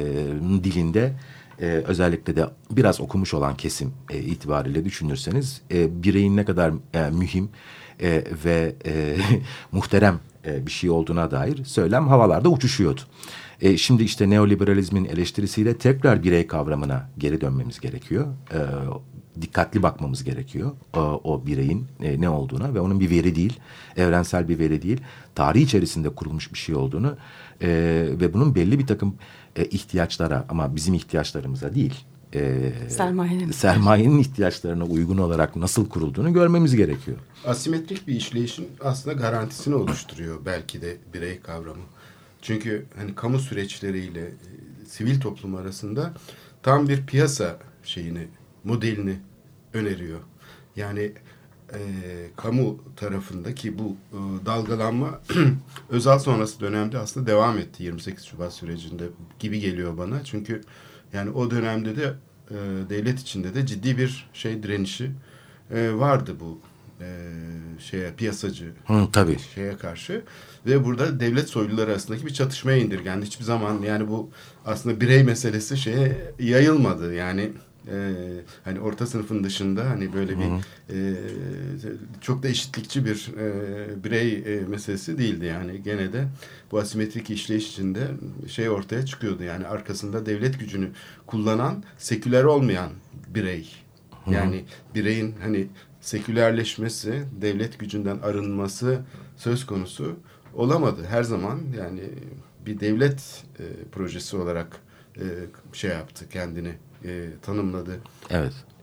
dilinde e, özellikle de biraz okumuş olan kesim e, itibariyle düşünürseniz e, bireyin ne kadar e, mühim e, ve e, muhterem e, bir şey olduğuna dair söylem havalarda uçuşuyordu. E, şimdi işte neoliberalizmin eleştirisiyle tekrar birey kavramına geri dönmemiz gerekiyor. E, dikkatli bakmamız gerekiyor o, o bireyin e, ne olduğuna ve onun bir veri değil, evrensel bir veri değil, tarih içerisinde kurulmuş bir şey olduğunu e, ve bunun belli bir takım e, ihtiyaçlara ama bizim ihtiyaçlarımıza değil, e, sermayenin. sermayenin ihtiyaçlarına uygun olarak nasıl kurulduğunu görmemiz gerekiyor. Asimetrik bir işleyişin aslında garantisini oluşturuyor belki de birey kavramı. Çünkü hani kamu süreçleriyle e, sivil toplum arasında tam bir piyasa şeyini, modelini öneriyor. Yani e, kamu tarafındaki bu e, dalgalanma Özal sonrası dönemde aslında devam etti yirmi sekiz Şubat sürecinde gibi geliyor bana. Çünkü yani o dönemde de e, devlet içinde de ciddi bir şey direnişi e, vardı bu e, şeye piyasacı Hı, tabii. şeye karşı ve burada devlet soyluları arasındaki bir çatışmaya indirgendi. Hiçbir zaman yani bu aslında birey meselesi şeye yayılmadı. Yani e, hani orta sınıfın dışında hani böyle bir e, çok da eşitlikçi bir e, birey e, meselesi değildi. Yani gene de bu asimetrik işleyiş içinde şey ortaya çıkıyordu. Yani arkasında devlet gücünü kullanan seküler olmayan birey. Yani Hı-hı. bireyin hani sekülerleşmesi, devlet gücünden arınması söz konusu olamadı. Her zaman yani bir devlet e, projesi olarak e, şey yaptı, kendini e, tanımladı. Evet.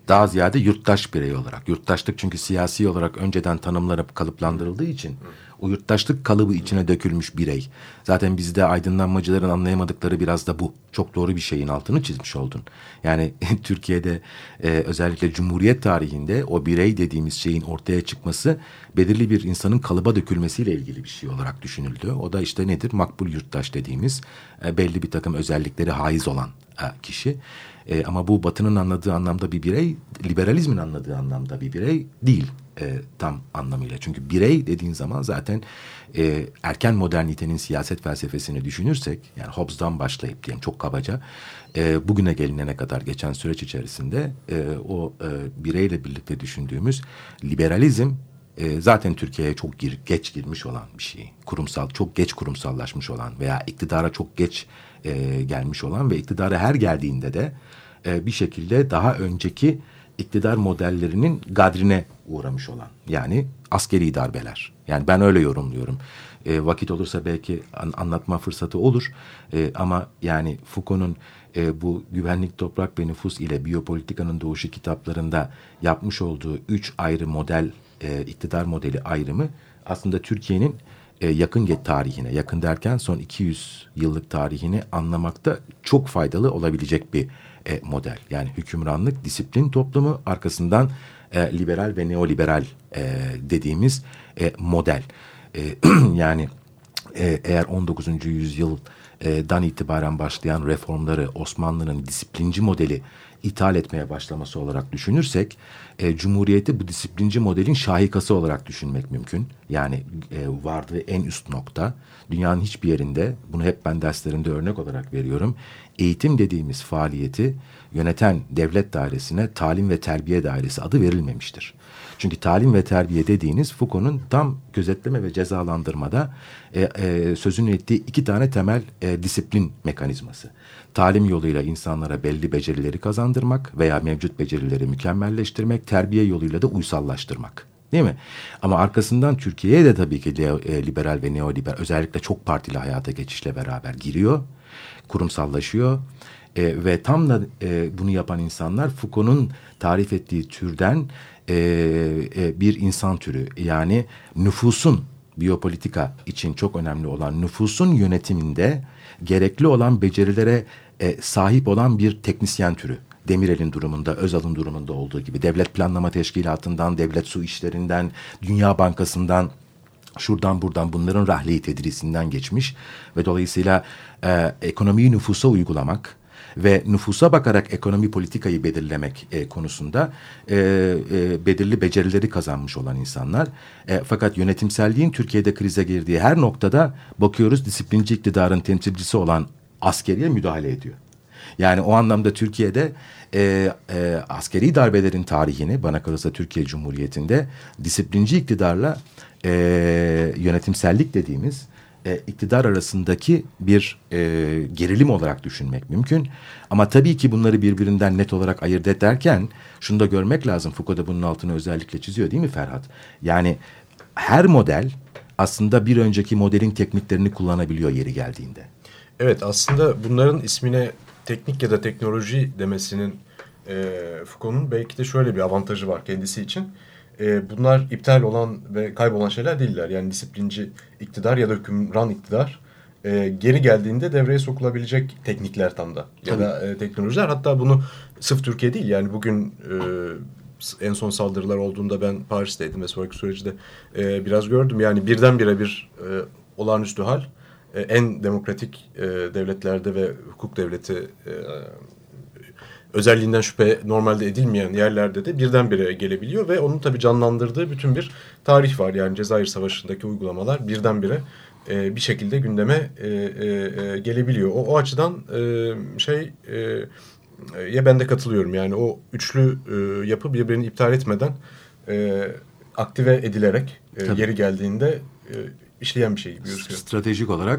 daha ziyade yurttaş birey olarak. Yurttaşlık çünkü siyasi olarak önceden tanımlanıp kalıplandırıldığı için o yurttaşlık kalıbı içine dökülmüş birey. Zaten bizde aydınlanmacıların anlayamadıkları biraz da bu. Çok doğru bir şeyin altını çizmiş oldun. Yani Türkiye'de e, özellikle Cumhuriyet tarihinde o birey dediğimiz şeyin ortaya çıkması belirli bir insanın kalıba dökülmesiyle ilgili bir şey olarak düşünüldü. O da işte nedir? Makbul yurttaş dediğimiz e, belli bir takım özellikleri haiz olan e, kişi. E, ama bu Batı'nın anladığı anlamda bir birey, liberalizmin anladığı anlamda bir birey değil e, tam anlamıyla. Çünkü birey dediğin zaman zaten e, erken modernitenin siyaset felsefesini düşünürsek, yani Hobbes'dan başlayıp diyelim çok kabaca, e, bugüne gelinene kadar geçen süreç içerisinde e, o e, bireyle birlikte düşündüğümüz liberalizm e, zaten Türkiye'ye çok gir, geç girmiş olan bir şey. Kurumsal, çok geç kurumsallaşmış olan veya iktidara çok geç e, gelmiş olan ve iktidara her geldiğinde de e, bir şekilde daha önceki iktidar modellerinin gadrine uğramış olan, yani askeri darbeler. Yani ben öyle yorumluyorum. E, vakit olursa belki an, anlatma fırsatı olur. E, ama yani Foucault'un e, bu Güvenlik, Toprak ve Nüfus ile Biyopolitikanın Doğuşu kitaplarında yapmış olduğu üç ayrı model, e, iktidar modeli ayrımı aslında Türkiye'nin e, yakın tarihine, yakın derken son iki yüz yıllık tarihini anlamakta çok faydalı olabilecek bir e, model. Yani hükümranlık, disiplin toplumu, arkasından e, liberal ve neoliberal e, dediğimiz e, model. E, yani e, eğer on dokuzuncu yüzyıldan itibaren başlayan reformları Osmanlı'nın disiplinci modeli ithal etmeye başlaması olarak düşünürsek, e, Cumhuriyeti bu disiplinci modelin şahikası olarak düşünmek mümkün. Yani e, vardığı en üst nokta. Dünyanın hiçbir yerinde, bunu hep ben derslerimde örnek olarak veriyorum, eğitim dediğimiz faaliyeti yöneten devlet dairesine talim ve terbiye dairesi adı verilmemiştir. Çünkü talim ve terbiye dediğiniz Foucault'un tam gözetleme ve cezalandırmada e, e, sözünü ettiği iki tane temel e, disiplin mekanizması. Talim yoluyla insanlara belli becerileri kazandırmak veya mevcut becerileri mükemmelleştirmek, terbiye yoluyla da uysallaştırmak. Değil mi? Ama arkasından Türkiye'ye de tabii ki liberal ve neoliberal, özellikle çok partili hayata geçişle beraber giriyor, kurumsallaşıyor. E, ve tam da e, bunu yapan insanlar Foucault'un tarif ettiği türden e, e, bir insan türü. Yani nüfusun, biyopolitika için çok önemli olan nüfusun yönetiminde gerekli olan becerilere e, sahip olan bir teknisyen türü. Demirel'in durumunda, Özal'ın durumunda olduğu gibi Devlet Planlama Teşkilatı'ndan, Devlet Su İşleri'nden, Dünya Bankası'ndan, şuradan buradan bunların rahleyi tedrisinden geçmiş ve dolayısıyla e, ekonomiyi nüfusa uygulamak ve nüfusa bakarak ekonomi politikayı belirlemek e, konusunda e, e, belirli becerileri kazanmış olan insanlar. E, fakat yönetimselliğin Türkiye'de krize girdiği her noktada bakıyoruz disiplinci iktidarın temsilcisi olan askeriye müdahale ediyor. Yani o anlamda Türkiye'de e, e, askeri darbelerin tarihini bana kalırsa Türkiye Cumhuriyeti'nde disiplinci iktidarla e, yönetimsellik dediğimiz e, iktidar arasındaki bir e, gerilim olarak düşünmek mümkün. Ama tabii ki bunları birbirinden net olarak ayırt ederken şunu da görmek lazım. Foucault da bunun altını özellikle çiziyor değil mi Ferhat? Yani her model aslında bir önceki modelin tekniklerini kullanabiliyor yeri geldiğinde. Evet, aslında bunların ismine teknik ya da teknoloji demesinin e, Foucault'un belki de şöyle bir avantajı var kendisi için. E, bunlar iptal olan ve kaybolan şeyler değiller. Yani disiplinci iktidar ya da hükümran iktidar e, geri geldiğinde devreye sokulabilecek teknikler tam da. Ya Tabii. da e, teknolojiler. Hatta bunu sırf Türkiye değil, yani bugün e, en son saldırılar olduğunda ben Paris'teydim ve sonraki süreci de e, biraz gördüm. Yani birdenbire bir e, olağanüstü hal. En demokratik e, devletlerde ve hukuk devleti e, özelliğinden şüphe normalde edilmeyen yerlerde de birdenbire gelebiliyor ve onun tabii canlandırdığı bütün bir tarih var. Yani Cezayir Savaşı'ndaki uygulamalar birdenbire e, bir şekilde gündeme e, e, gelebiliyor. O, o açıdan e, şey e, ya ben de katılıyorum. Yani o üçlü e, yapı birbirini iptal etmeden e, aktive edilerek e, yeri geldiğinde e, işleyen bir şey gibi gözüküyor. Stratejik olarak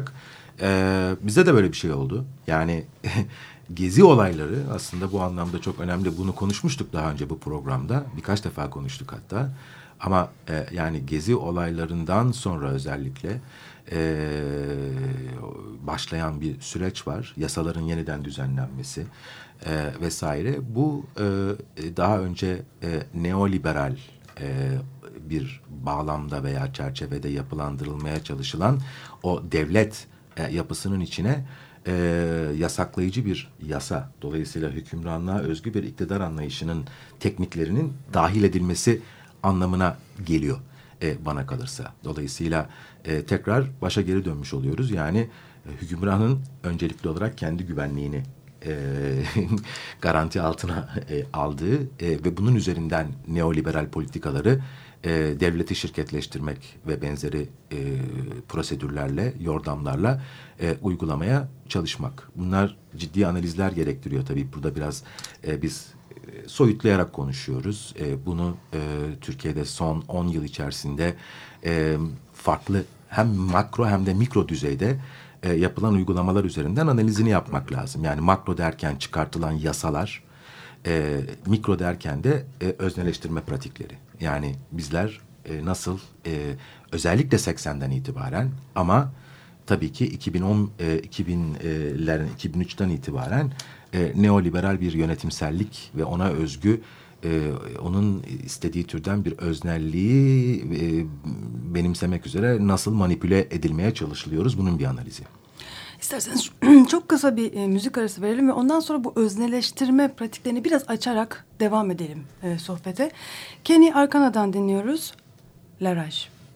Ee, bize de böyle bir şey oldu. Yani gezi olayları aslında bu anlamda çok önemli. Bunu konuşmuştuk daha önce bu programda. Birkaç defa konuştuk hatta. Ama e, yani gezi olaylarından sonra özellikle e, başlayan bir süreç var. Yasaların yeniden düzenlenmesi e, vesaire. Bu e, daha önce e, neoliberal e, bir bağlamda veya çerçevede yapılandırılmaya çalışılan o devlet e, yapısının içine e, yasaklayıcı bir yasa, dolayısıyla hükümranlığa özgü bir iktidar anlayışının tekniklerinin dahil edilmesi anlamına geliyor e, bana kalırsa. Dolayısıyla e, tekrar başa geri dönmüş oluyoruz. Yani e, hükümranın öncelikli olarak kendi güvenliğini e, garanti altına e, aldığı e, ve bunun üzerinden neoliberal politikaları e, devleti şirketleştirmek ve benzeri e, prosedürlerle, yordamlarla e, uygulamaya çalışmak. Bunlar ciddi analizler gerektiriyor tabii. Burada biraz e, biz soyutlayarak konuşuyoruz. E, bunu e, Türkiye'de son on yıl içerisinde e, farklı hem makro hem de mikro düzeyde e, yapılan uygulamalar üzerinden analizini yapmak lazım. Yani makro derken çıkartılan yasalar, e, mikro derken de e, özneleştirme pratikleri. Yani bizler e, nasıl e, özellikle seksenden itibaren ama tabii ki iki bin on, e, iki binlerin, iki bin üçten itibaren e, neoliberal bir yönetimsellik ve ona özgü e, onun istediği türden bir öznelliği e, benimsemek üzere nasıl manipüle edilmeye çalışılıyoruz, bunun bir analizi. İsterseniz çok kısa bir e, müzik arası verelim ve ondan sonra bu özneleştirme pratiklerini biraz açarak devam edelim e, sohbete. Kenny Arcana'dan dinliyoruz. La Rage.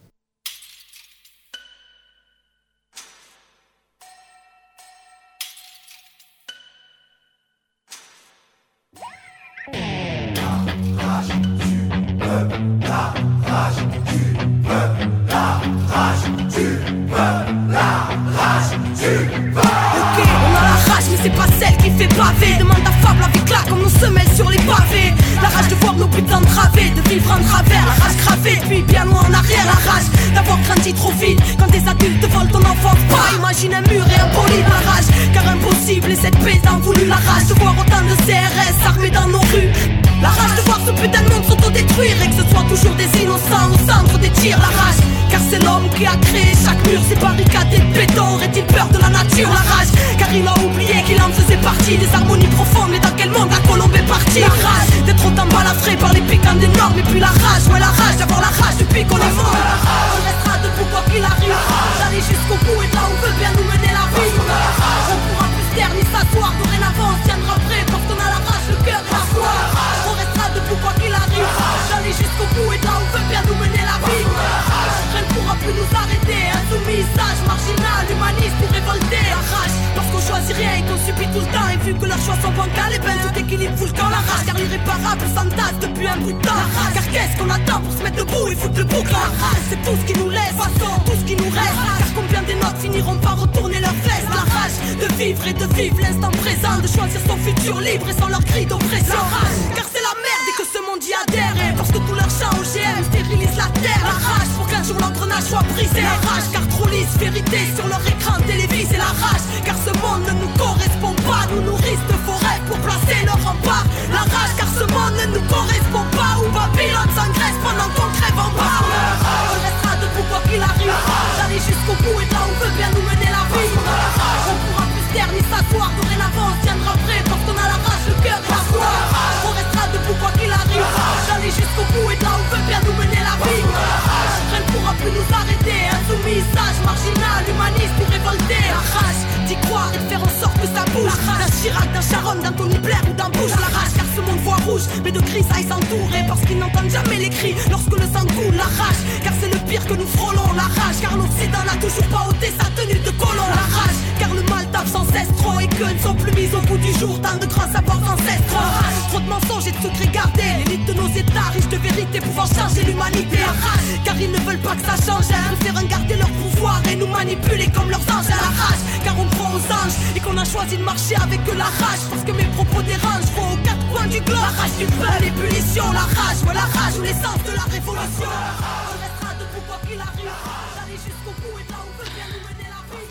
C'est pas celle qui fait baver. Demande à Fable avec là comme nos semelles sur les pavés. La rage de voir nos putains través, de vivre en travers. La rage gravée depuis bien loin en arrière. La rage d'avoir grandi trop vite. Quand des adultes volent ton enfance, pas imagine un mur et un bolide. La rage car impossible et cette paix t'en voulu. La rage de voir autant de C R S armés dans nos rues. La rage de voir ce putain de monde s'autodétruire et que ce soit toujours des innocents au centre des tirs. La rage car c'est l'homme qui a créé chaque mur. Ces barricades de béton, aurait-il peur de la nature? La rage car il a oublié qu'il en faisait partie. Des harmonies profondes, mais dans quel monde la colombe est partie? La rage d'être autant balafré par les piquants des normes. Et puis la rage, ouais la rage d'avoir la rage depuis qu'on est mort. On restera debout quoi qu'il arrive. D'aller jusqu'au bout et de là où veut bien nous mener la vie. On pourra plus se taire ni s'asseoir. Dorénavant on tiendra prêt parce qu'on a la rage, le cœur et la foi. On restera debout quoi qu'il arrive. D'aller jusqu'au bout et de là où veut bien nous mener la vie. Rien ne pourra plus nous arrêter. Insoumis, sage, marginal, humaniste ou révolté. La rage parce qu'on choisit rien et qu'on subit tout le temps. Et vu que leurs choix sont bancals, et ben tout équilibre fout le camp. La rage car l'irréparable s'entasse depuis un bout de temps. Car qu'est-ce qu'on attend pour se mettre debout et foutre le boucle? La rage c'est tout ce qui nous laisse, façon, tout ce qui nous reste. Car combien des notes finiront par retourner leurs fesses? La rage de vivre et de vivre l'instant présent, de choisir son futur libre et sans leur cri d'oppression. Car c'est la merde et que ce monde y adhère. Et parce que tous leurs chants O G M stérilisent la terre. La rage pour qu'un jour l'engrenage soit brisé. La rage car trop lisse, vérité sur leur écran télévisé. La rage car ce monde ne nous correspond pas. Nous nourrissent de forêts pour placer leur rempart. La rage car ce monde ne nous correspond pas. Où Babylone s'engraisse pendant qu'on crève en bas. On restera debout quoi qu'il arrive. D'aller jusqu'au bout et de là où veut bien nous mener la vie. On pourra plus se taire ni s'asseoir. Dorénavant on tiendra prêt parce qu'on a la rage, le cœur et la foi. On restera debout quoi qu'il arrive. D'aller jusqu'au bout et de là où veut bien nous mener la vie. Rien ne pourra plus nous arrêter. Insoumis, sage, marginal, humaniste ou révolté. La rage d'y croire et de faire en sorte que ça bouge. D'un Chirac, d'un Sharon, d'un Tony Blair ou d'un Bush. La rage car ce monde voit rouge, mais de cris ça ils s'entourent. Parce qu'ils n'entendent jamais les cris lorsque le sang coule. La rage car c'est le pire que nous frôlons. La rage car l'Occident n'a toujours pas ôté sa tenue de colon. La rage car le mal tape sans cesse trop. Et que ne sont plus mis au bout du jour tant de grands savoirs ancestraux. Trop de mensonges et de secrets gardés. L'élite de nos états riches de vérité pouvant changer l'humanité. La rage car ils ne veulent pas que ça change. Ils préfèrent garder leur pouvoir et nous manipuler comme leurs anges. À la rage car on croit aux anges et qu'on a choisi de marcher avec la rage. Parce que mes propos dérangent, vont aux quatre coins du globe. La rage du peuple, l'ébullition, la rage, ouais la rage ou l'essence de la révolution. On restera debout quoi qu'il arrive. D'aller jusqu'au bout et de là où veut bien nous mener la vie.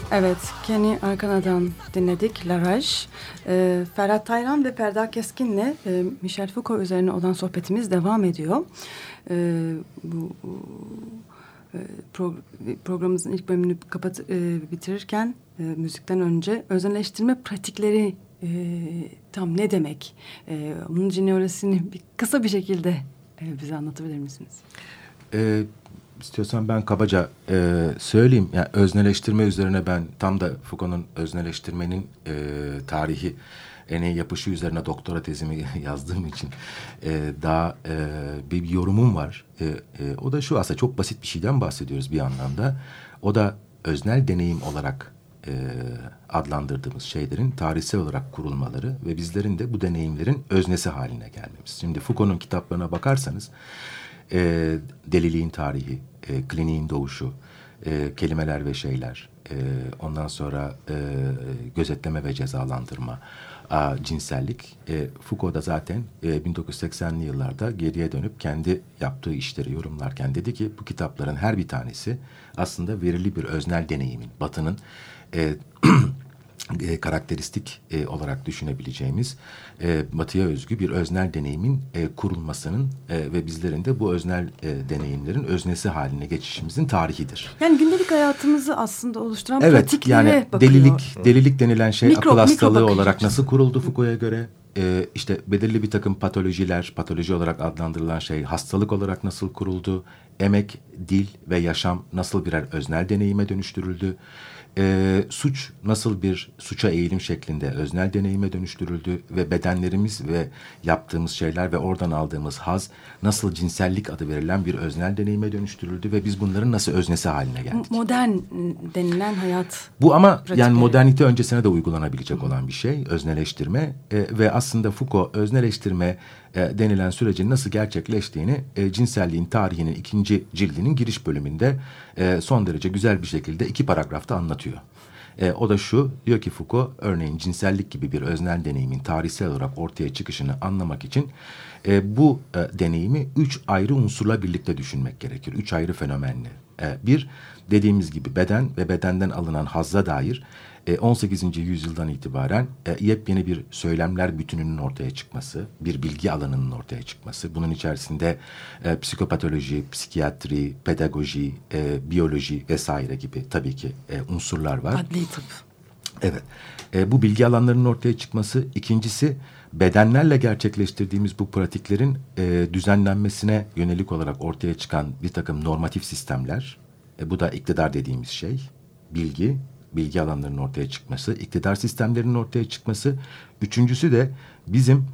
Evet, Kenny Arkana'dan dinledik La Rage. Ee, Ferhat Taylan ve Ferda Keskin'le e, Michel Foucault üzerine olan sohbetimiz devam ediyor. Ee, bu e, pro, programımızın ilk bölümünü kapat e, bitirirken e, müzikten önce öznelleştirme pratikleri e, tam ne demek? E, onun jenerasini bir kısa bir şekilde e, bize anlatabilir misiniz? Evet. İstiyorsan ben kabaca e, söyleyeyim. Yani özneleştirme üzerine ben tam da Foucault'un özneleştirmenin e, tarihi en iyi yapışı üzerine doktora tezimi yazdığım için e, daha e, bir yorumum var. E, e, o da şu, aslında çok basit bir şeyden bahsediyoruz bir anlamda. O da öznel deneyim olarak e, adlandırdığımız şeylerin tarihsel olarak kurulmaları ve bizlerin de bu deneyimlerin öznesi haline gelmemiz. Şimdi Foucault'un kitaplarına bakarsanız E, deliliğin tarihi, e, kliniğin doğuşu, e, kelimeler ve şeyler, e, ondan sonra e, gözetleme ve cezalandırma, a, cinsellik. E, Foucault da zaten e, bin dokuz yüz seksenli yıllarda geriye dönüp kendi yaptığı işleri yorumlarken dedi ki bu kitapların her bir tanesi aslında verili bir öznel deneyimin, Batı'nın e, E, karakteristik e, olarak düşünebileceğimiz e, Batı'ya özgü bir öznel deneyimin e, kurulmasının e, ve bizlerin de bu öznel e, deneyimlerin öznesi haline geçişimizin tarihidir. Yani gündelik hayatımızı aslında oluşturan evet, pratiklere yani bakıyor. Delilik, delilik denilen şey Mikro, akıl hastalığı olarak için. nasıl kuruldu Foucault'a göre? Ee, işte belirli bir takım patolojiler, patoloji olarak adlandırılan şey hastalık olarak nasıl kuruldu? Emek, dil ve yaşam nasıl birer öznel deneyime dönüştürüldü? Ee, suç nasıl bir suça eğilim şeklinde öznel deneyime dönüştürüldü ve bedenlerimiz ve yaptığımız şeyler ve oradan aldığımız haz nasıl cinsellik adı verilen bir öznel deneyime dönüştürüldü ve biz bunların nasıl öznesi haline geldik? Modern denilen hayat. Bu ama pratikleri. Yani modernite öncesine de uygulanabilecek Hı. olan bir şey, özneleştirme e, ve aslında Foucault özneleştirme e, denilen sürecin nasıl gerçekleştiğini e, cinselliğin tarihinin ikinci cildinin giriş bölümünde e, son derece güzel bir şekilde iki paragrafta anlatıyor. E, o da şu, diyor ki Foucault, örneğin cinsellik gibi bir öznel deneyimin tarihsel olarak ortaya çıkışını anlamak için e, bu e, deneyimi üç ayrı unsurla birlikte düşünmek gerekir. Üç ayrı fenomenle. E, bir, dediğimiz gibi beden ve bedenden alınan hazza dair e, on sekizinci yüzyıldan itibaren e, yepyeni bir söylemler bütününün ortaya çıkması, bir bilgi alanının ortaya çıkması. Bunun içerisinde e, psikopatoloji, psikiyatri, pedagoji, e, biyoloji vesaire gibi tabii ki e, unsurlar var. Adli tıp. Evet. E, bu bilgi alanlarının ortaya çıkması. İkincisi, bedenlerle gerçekleştirdiğimiz bu pratiklerin e, düzenlenmesine yönelik olarak ortaya çıkan bir takım normatif sistemler. E, bu da iktidar dediğimiz şey. Bilgi, bilgi alanlarının ortaya çıkması, iktidar sistemlerinin ortaya çıkması. Üçüncüsü de bizim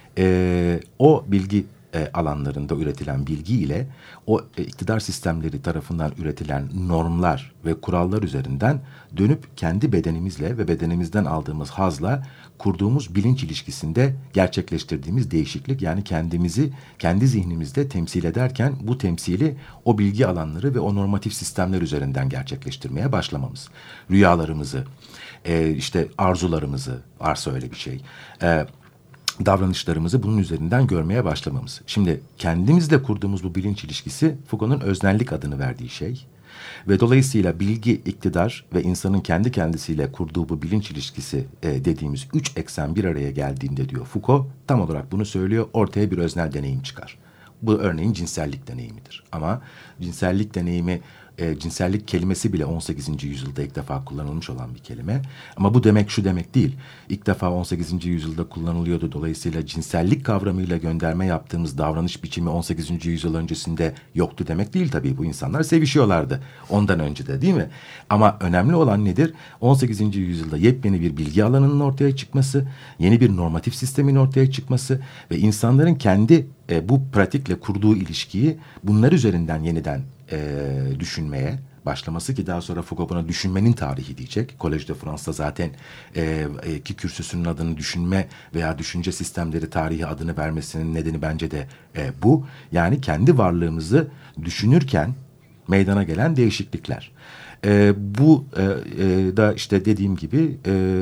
e, o bilgi e, alanlarında üretilen bilgi ile o e, iktidar sistemleri tarafından üretilen normlar ve kurallar üzerinden dönüp kendi bedenimizle ve bedenimizden aldığımız hazla kurduğumuz bilinç ilişkisinde gerçekleştirdiğimiz değişiklik, yani kendimizi kendi zihnimizde temsil ederken bu temsili o bilgi alanları ve o normatif sistemler üzerinden gerçekleştirmeye başlamamız. Rüyalarımızı, e, işte arzularımızı, varsa öyle bir şey, e, davranışlarımızı bunun üzerinden görmeye başlamamız. Şimdi kendimizle kurduğumuz bu bilinç ilişkisi Foucault'un öznellik adını verdiği şey. Ve dolayısıyla bilgi, iktidar ve insanın kendi kendisiyle kurduğu bu bilinç ilişkisi e, dediğimiz üç eksen bir araya geldiğinde, diyor Foucault, tam olarak bunu söylüyor, ortaya bir öznel deneyim çıkar. Bu örneğin cinsellik deneyimidir. Ama cinsellik deneyimi, e, cinsellik kelimesi bile on sekizinci yüzyılda ilk defa kullanılmış olan bir kelime. Ama bu demek şu demek değil. İlk defa on sekizinci yüzyılda kullanılıyordu. Dolayısıyla cinsellik kavramıyla gönderme yaptığımız davranış biçimi on sekizinci yüzyıl öncesinde yoktu demek değil tabii. Bu insanlar sevişiyorlardı ondan önce de, değil mi? Ama önemli olan nedir? on sekizinci yüzyılda yepyeni bir bilgi alanının ortaya çıkması, yeni bir normatif sistemin ortaya çıkması ve insanların kendi e, bu pratikle kurduğu ilişkiyi bunlar üzerinden yeniden e, düşünmeye başlaması, ki daha sonra Foucault buna düşünmenin tarihi diyecek. Collège de France'da zaten e, iki kürsüsünün adını düşünme veya düşünce sistemleri tarihi adını vermesinin nedeni bence de e, bu. Yani kendi varlığımızı düşünürken meydana gelen değişiklikler. E, bu e, e, da işte dediğim gibi e,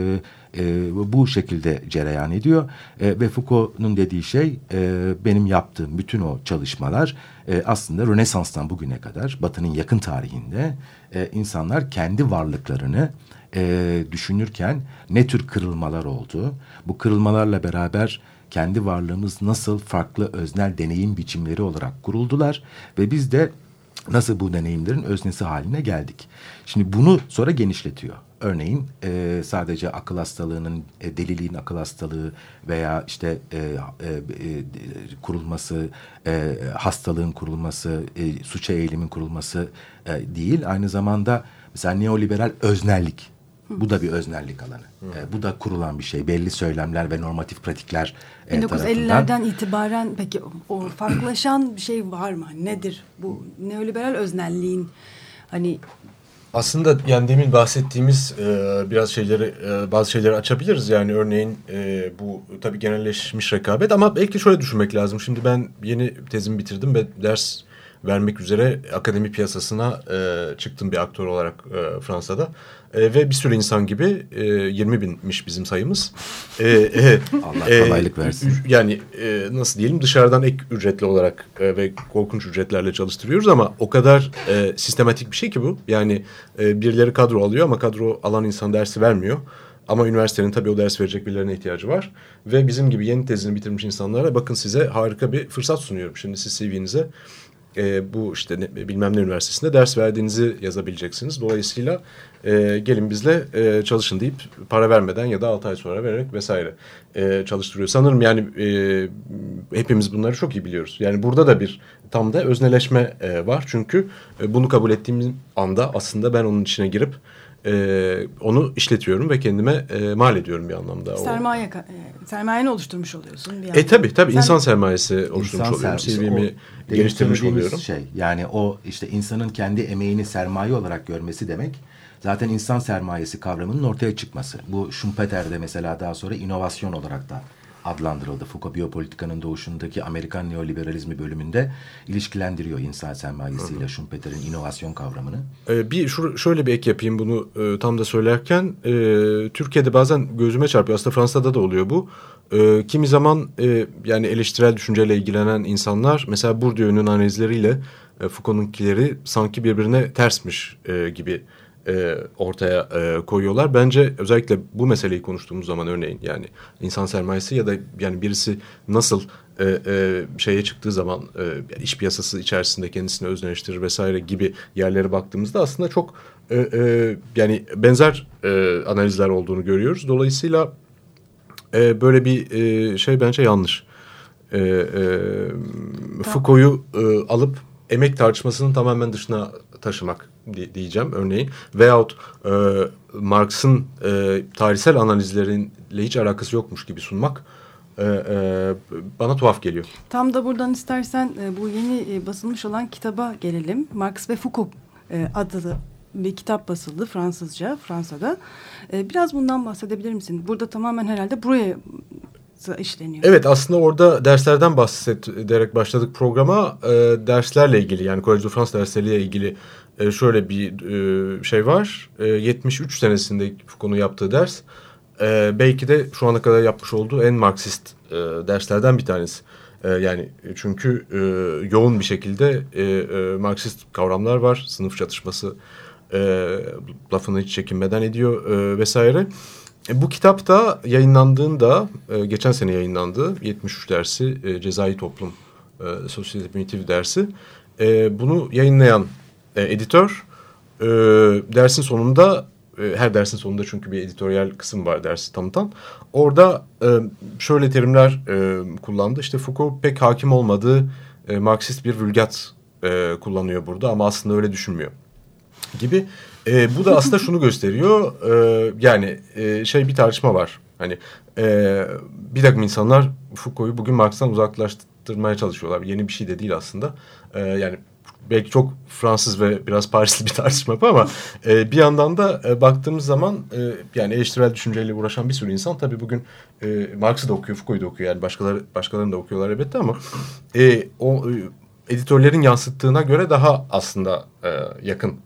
E, bu şekilde cereyan ediyor. E, ve Foucault'un dediği şey e, benim yaptığım bütün o çalışmalar e, aslında Rönesans'tan bugüne kadar Batı'nın yakın tarihinde e, insanlar kendi varlıklarını e, düşünürken ne tür kırılmalar oldu, bu kırılmalarla beraber kendi varlığımız nasıl farklı öznel deneyim biçimleri olarak kuruldular ve biz de nasıl bu deneyimlerin öznesi haline geldik. Şimdi bunu sonra genişletiyor. Örneğin e, sadece akıl hastalığının, e, deliliğin akıl hastalığı veya işte e, e, e, kurulması, e, hastalığın kurulması, e, suça eğilimin kurulması e, değil. Aynı zamanda mesela neoliberal öznellik. Bu da bir öznellik alanı. E, bu da kurulan bir şey. Belli söylemler ve normatif pratikler e, bin dokuz yüz ellilerden itibaren peki o farklılaşan bir şey var mı? Nedir bu neoliberal öznelliğin hani... Aslında yani demin bahsettiğimiz e, biraz şeyleri e, bazı şeyleri açabiliriz. Yani örneğin e, bu tabii genelleşmiş rekabet ama belki şöyle düşünmek lazım. Şimdi ben yeni tezimi bitirdim ve ders vermek üzere akademi piyasasına e, çıktım bir aktör olarak e, Fransa'da. E, ve bir sürü insan gibi e, yirmi binmiş bizim sayımız. E, e, Allah kolaylık e, versin. Yani e, nasıl diyelim dışarıdan ek ücretli olarak e, ve korkunç ücretlerle çalıştırıyoruz ama o kadar e, sistematik bir şey ki bu. Yani e, birileri kadro alıyor ama kadro alan insan dersi vermiyor. Ama üniversitenin tabii o ders verecek birilerine ihtiyacı var. Ve bizim gibi yeni tezini bitirmiş insanlara bakın size harika bir fırsat sunuyorum. Şimdi siz C V'nize e, bu işte ne, bilmem ne üniversitesinde ders verdiğinizi yazabileceksiniz. Dolayısıyla e, gelin bizle e, çalışın deyip para vermeden ya da altı ay sonra vererek vesaire e, çalıştırıyor. Sanırım yani e, hepimiz bunları çok iyi biliyoruz. Yani burada da bir tam da özneleşme e, var. Çünkü e, bunu kabul ettiğim anda aslında ben onun içine girip Ee, onu işletiyorum ve kendime e, mal ediyorum bir anlamda. Sermaye, e, sermayeni oluşturmuş oluyorsun. Bir e tabii tabii Sen, insan sermayesi oluşturmuş insan oluyorum. Servisi, C V'mi geliştirmiş oluyorum. Şey, yani o işte insanın kendi emeğini sermaye olarak görmesi demek. Zaten insan sermayesi kavramının ortaya çıkması. Bu Schumpeter'de mesela daha sonra inovasyon olarak da adlandırıldı. Foucault biyopolitikanın doğuşundaki Amerikan neoliberalizmi bölümünde ilişkilendiriyor insan sermayesiyle Schumpeter'in inovasyon kavramını. Ee, bir şu, şöyle bir ek yapayım bunu e, tam da söylerken. E, Türkiye'de bazen gözüme çarpıyor. Aslında Fransa'da da oluyor bu. E, kimi zaman e, yani eleştirel düşünceyle ilgilenen insanlar mesela Bourdieu'nun analizleriyle e, Foucault'unkileri sanki birbirine tersmiş e, gibi E, ortaya e, koyuyorlar. Bence özellikle bu meseleyi konuştuğumuz zaman örneğin yani insan sermayesi ya da yani birisi nasıl e, e, şeye çıktığı zaman e, iş piyasası içerisinde kendisini özneleştirir vesaire gibi yerlere baktığımızda aslında çok e, e, yani benzer e, analizler olduğunu görüyoruz. Dolayısıyla e, böyle bir e, şey bence yanlış. E, e, Foucault'u e, alıp emek tartışmasının tamamen dışına taşımak diyeceğim örneğin. Veyahut e, Marx'ın e, tarihsel analizleriyle hiç alakası yokmuş gibi sunmak e, e, bana tuhaf geliyor. Tam da buradan istersen e, bu yeni e, basılmış olan kitaba gelelim. Marx ve Foucault e, adlı bir kitap basıldı Fransızca, Fransa'da. E, biraz bundan bahsedebilir misin? Burada tamamen herhalde buraya işleniyor. Evet aslında orada derslerden bahsederek başladık programa. E, derslerle ilgili yani Collège de France dersleriyle ilgili e, şöyle bir e, şey var. E, yetmiş üç senesinde Foucault'un yaptığı ders e, belki de şu ana kadar yapmış olduğu en Marksist e, derslerden bir tanesi. E, yani çünkü e, yoğun bir şekilde e, e, Marksist kavramlar var. Sınıf çatışması e, lafını hiç çekinmeden ediyor e, vesaire. E, bu kitap da yayınlandığında, e, geçen sene yayınlandı. yetmiş üç dersi, e, Cezai Toplum, e, Sosyete Primitif dersi. E, bunu yayınlayan e, editör, e, dersin sonunda, e, her dersin sonunda çünkü bir editoryal kısım var dersi tanıtan. Orada e, şöyle terimler e, kullandı. İşte Foucault pek hakim olmadığı e, Marksist bir vulgat e, kullanıyor burada ama aslında öyle düşünmüyor gibi. E, bu da aslında şunu gösteriyor. E, yani e, şey bir tartışma var. Hani e, bir takım insanlar Foucault'u bugün Marx'tan uzaklaştırmaya çalışıyorlar. Yeni bir şey de değil aslında. E, yani belki çok Fransız ve biraz Parisli bir tartışma ama e, bir yandan da e, baktığımız zaman e, yani eleştirel düşünceyle uğraşan bir sürü insan tabii bugün e, Marx'ı da okuyor, Foucault'u da okuyor. Yani başkaları başkalarını da okuyorlar elbette ama e, o e, editörlerin yansıttığına göre daha aslında e, yakın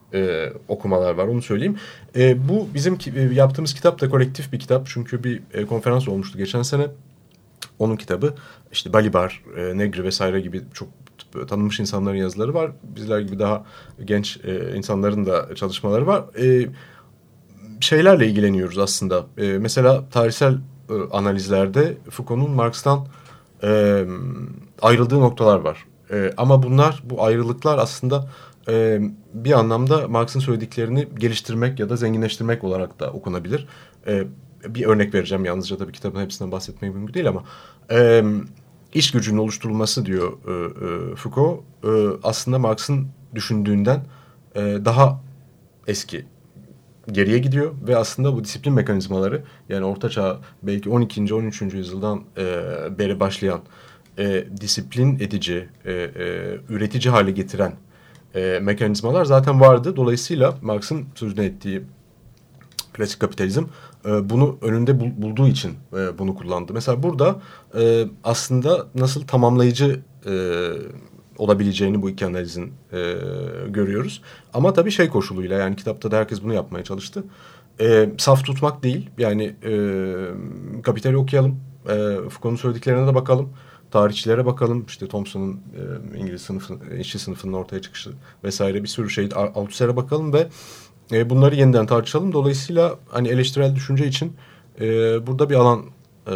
e, okumalar var, onu söyleyeyim. E, bu bizim ki, e, yaptığımız kitap da kolektif bir kitap. Çünkü bir e, konferans olmuştu geçen sene. Onun kitabı, işte Balibar, e, Negri vesaire gibi çok tanınmış insanların yazıları var. Bizler gibi daha genç e, insanların da çalışmaları var. E, şeylerle ilgileniyoruz aslında. E, mesela tarihsel e, analizlerde Foucault'un Marx'tan e, ayrıldığı noktalar var. E, ama bunlar, bu ayrılıklar aslında e, bir anlamda Marx'ın söylediklerini geliştirmek ya da zenginleştirmek olarak da okunabilir. E, bir örnek vereceğim, yalnızca tabii kitabın hepsinden bahsetmek mümkün değil ama e, iş gücünün oluşturulması diyor e, e, Foucault, e, aslında Marx'ın düşündüğünden e, daha eski, geriye gidiyor ve aslında bu disiplin mekanizmaları, yani Orta Çağ belki on ikinci on üçüncü yüzyıldan e, beri başlayan e, disiplin edici, e, e, üretici hale getiren e, mekanizmalar zaten vardı. Dolayısıyla Marx'ın sözünü ettiği klasik kapitalizm e, bunu önünde bul, bulduğu için e, bunu kullandı. Mesela burada e, aslında nasıl tamamlayıcı e, olabileceğini bu iki analizin e, görüyoruz. Ama tabii şey koşuluyla, yani kitapta da herkes bunu yapmaya çalıştı. E, saf tutmak değil, yani e, Kapital'i okuyalım, e, Foucault'un söylediklerine de bakalım, tarihçilere bakalım, işte Thompson'ın e, İngiliz sınıfı, işçi sınıfının ortaya çıkışı vesaire, bir sürü şey, Althusser'e bakalım ve e, bunları yeniden tartışalım. Dolayısıyla hani eleştirel düşünce için e, burada bir alan e,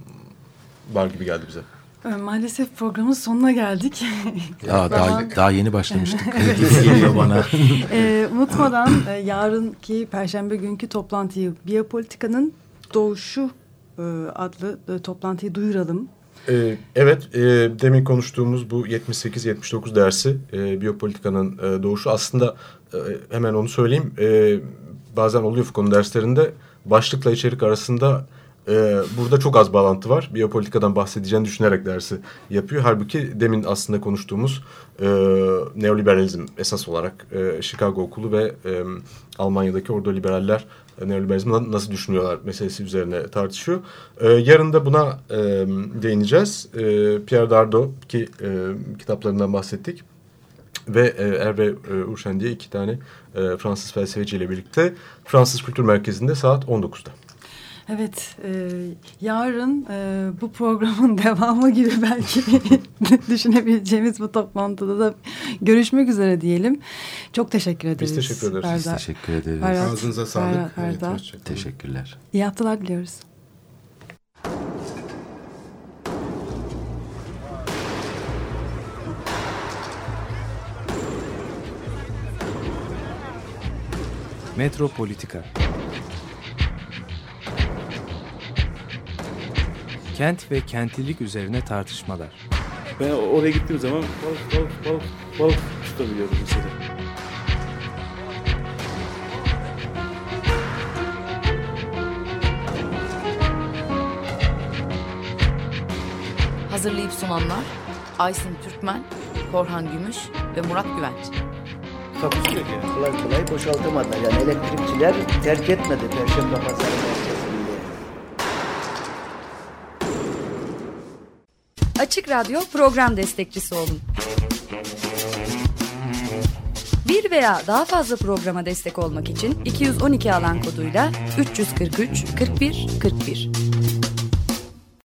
var gibi geldi bize. Maalesef programın sonuna geldik. Ya daha, daha yeni başlamıştık. Geliyor bana. e, unutmadan e, yarınki Perşembe günkü toplantıyı, Biyopolitika'nın Doğuşu e, adlı e, toplantıyı duyuralım. Ee, evet, e, demin konuştuğumuz bu yetmiş sekiz yetmiş dokuz dersi, e, Biyopolitika'nın e, doğuşu, aslında e, hemen onu söyleyeyim. E, bazen oluyor Foucault'un derslerinde başlıkla içerik arasında Ee, burada çok az bağlantı var. Biyopolitikadan bahsedeceğini düşünerek dersi yapıyor. Halbuki demin aslında konuştuğumuz e, neoliberalizm esas olarak e, Chicago Okulu ve e, Almanya'daki orada liberaller e, neoliberalizmi nasıl düşünüyorlar meselesi üzerine tartışıyor. E, yarın da buna e, değineceğiz. E, Pierre Dardot ki e, kitaplarından bahsettik. Ve e, Hervé e, Urchen diye iki tane e, Fransız felsefeciyle birlikte Fransız Kültür Merkezi'nde saat on dokuzda. Evet, e, yarın e, bu programın devamı gibi belki düşünebileceğimiz bu toplantıda da görüşmek üzere diyelim. Çok teşekkür ederiz. Biz teşekkür ederiz. Biz teşekkür ederiz. Ferhat, Ağzınıza sağlık. Ferhat, Ferhat. Evet, teşekkürler. İyi haftalar diliyoruz. Metropolitika. Kent ve kentlilik üzerine tartışmalar. Ben oraya gittiğim zaman balık balık balık balık tutabiliyorum mesela. Hazırlayıp sunanlar Aysin Türkmen, Korhan Gümüş ve Murat Güvenç. Takusu yok yani. Kolay kolay boşaltamadılar. Yani elektrikçiler terk etmedi Perşembe Pazarı merkezini. Açık Radyo program destekçisi olun. Bir veya daha fazla programa destek olmak için iki yüz on iki alan koduyla üç yüz kırk üç kırk bir kırk bir.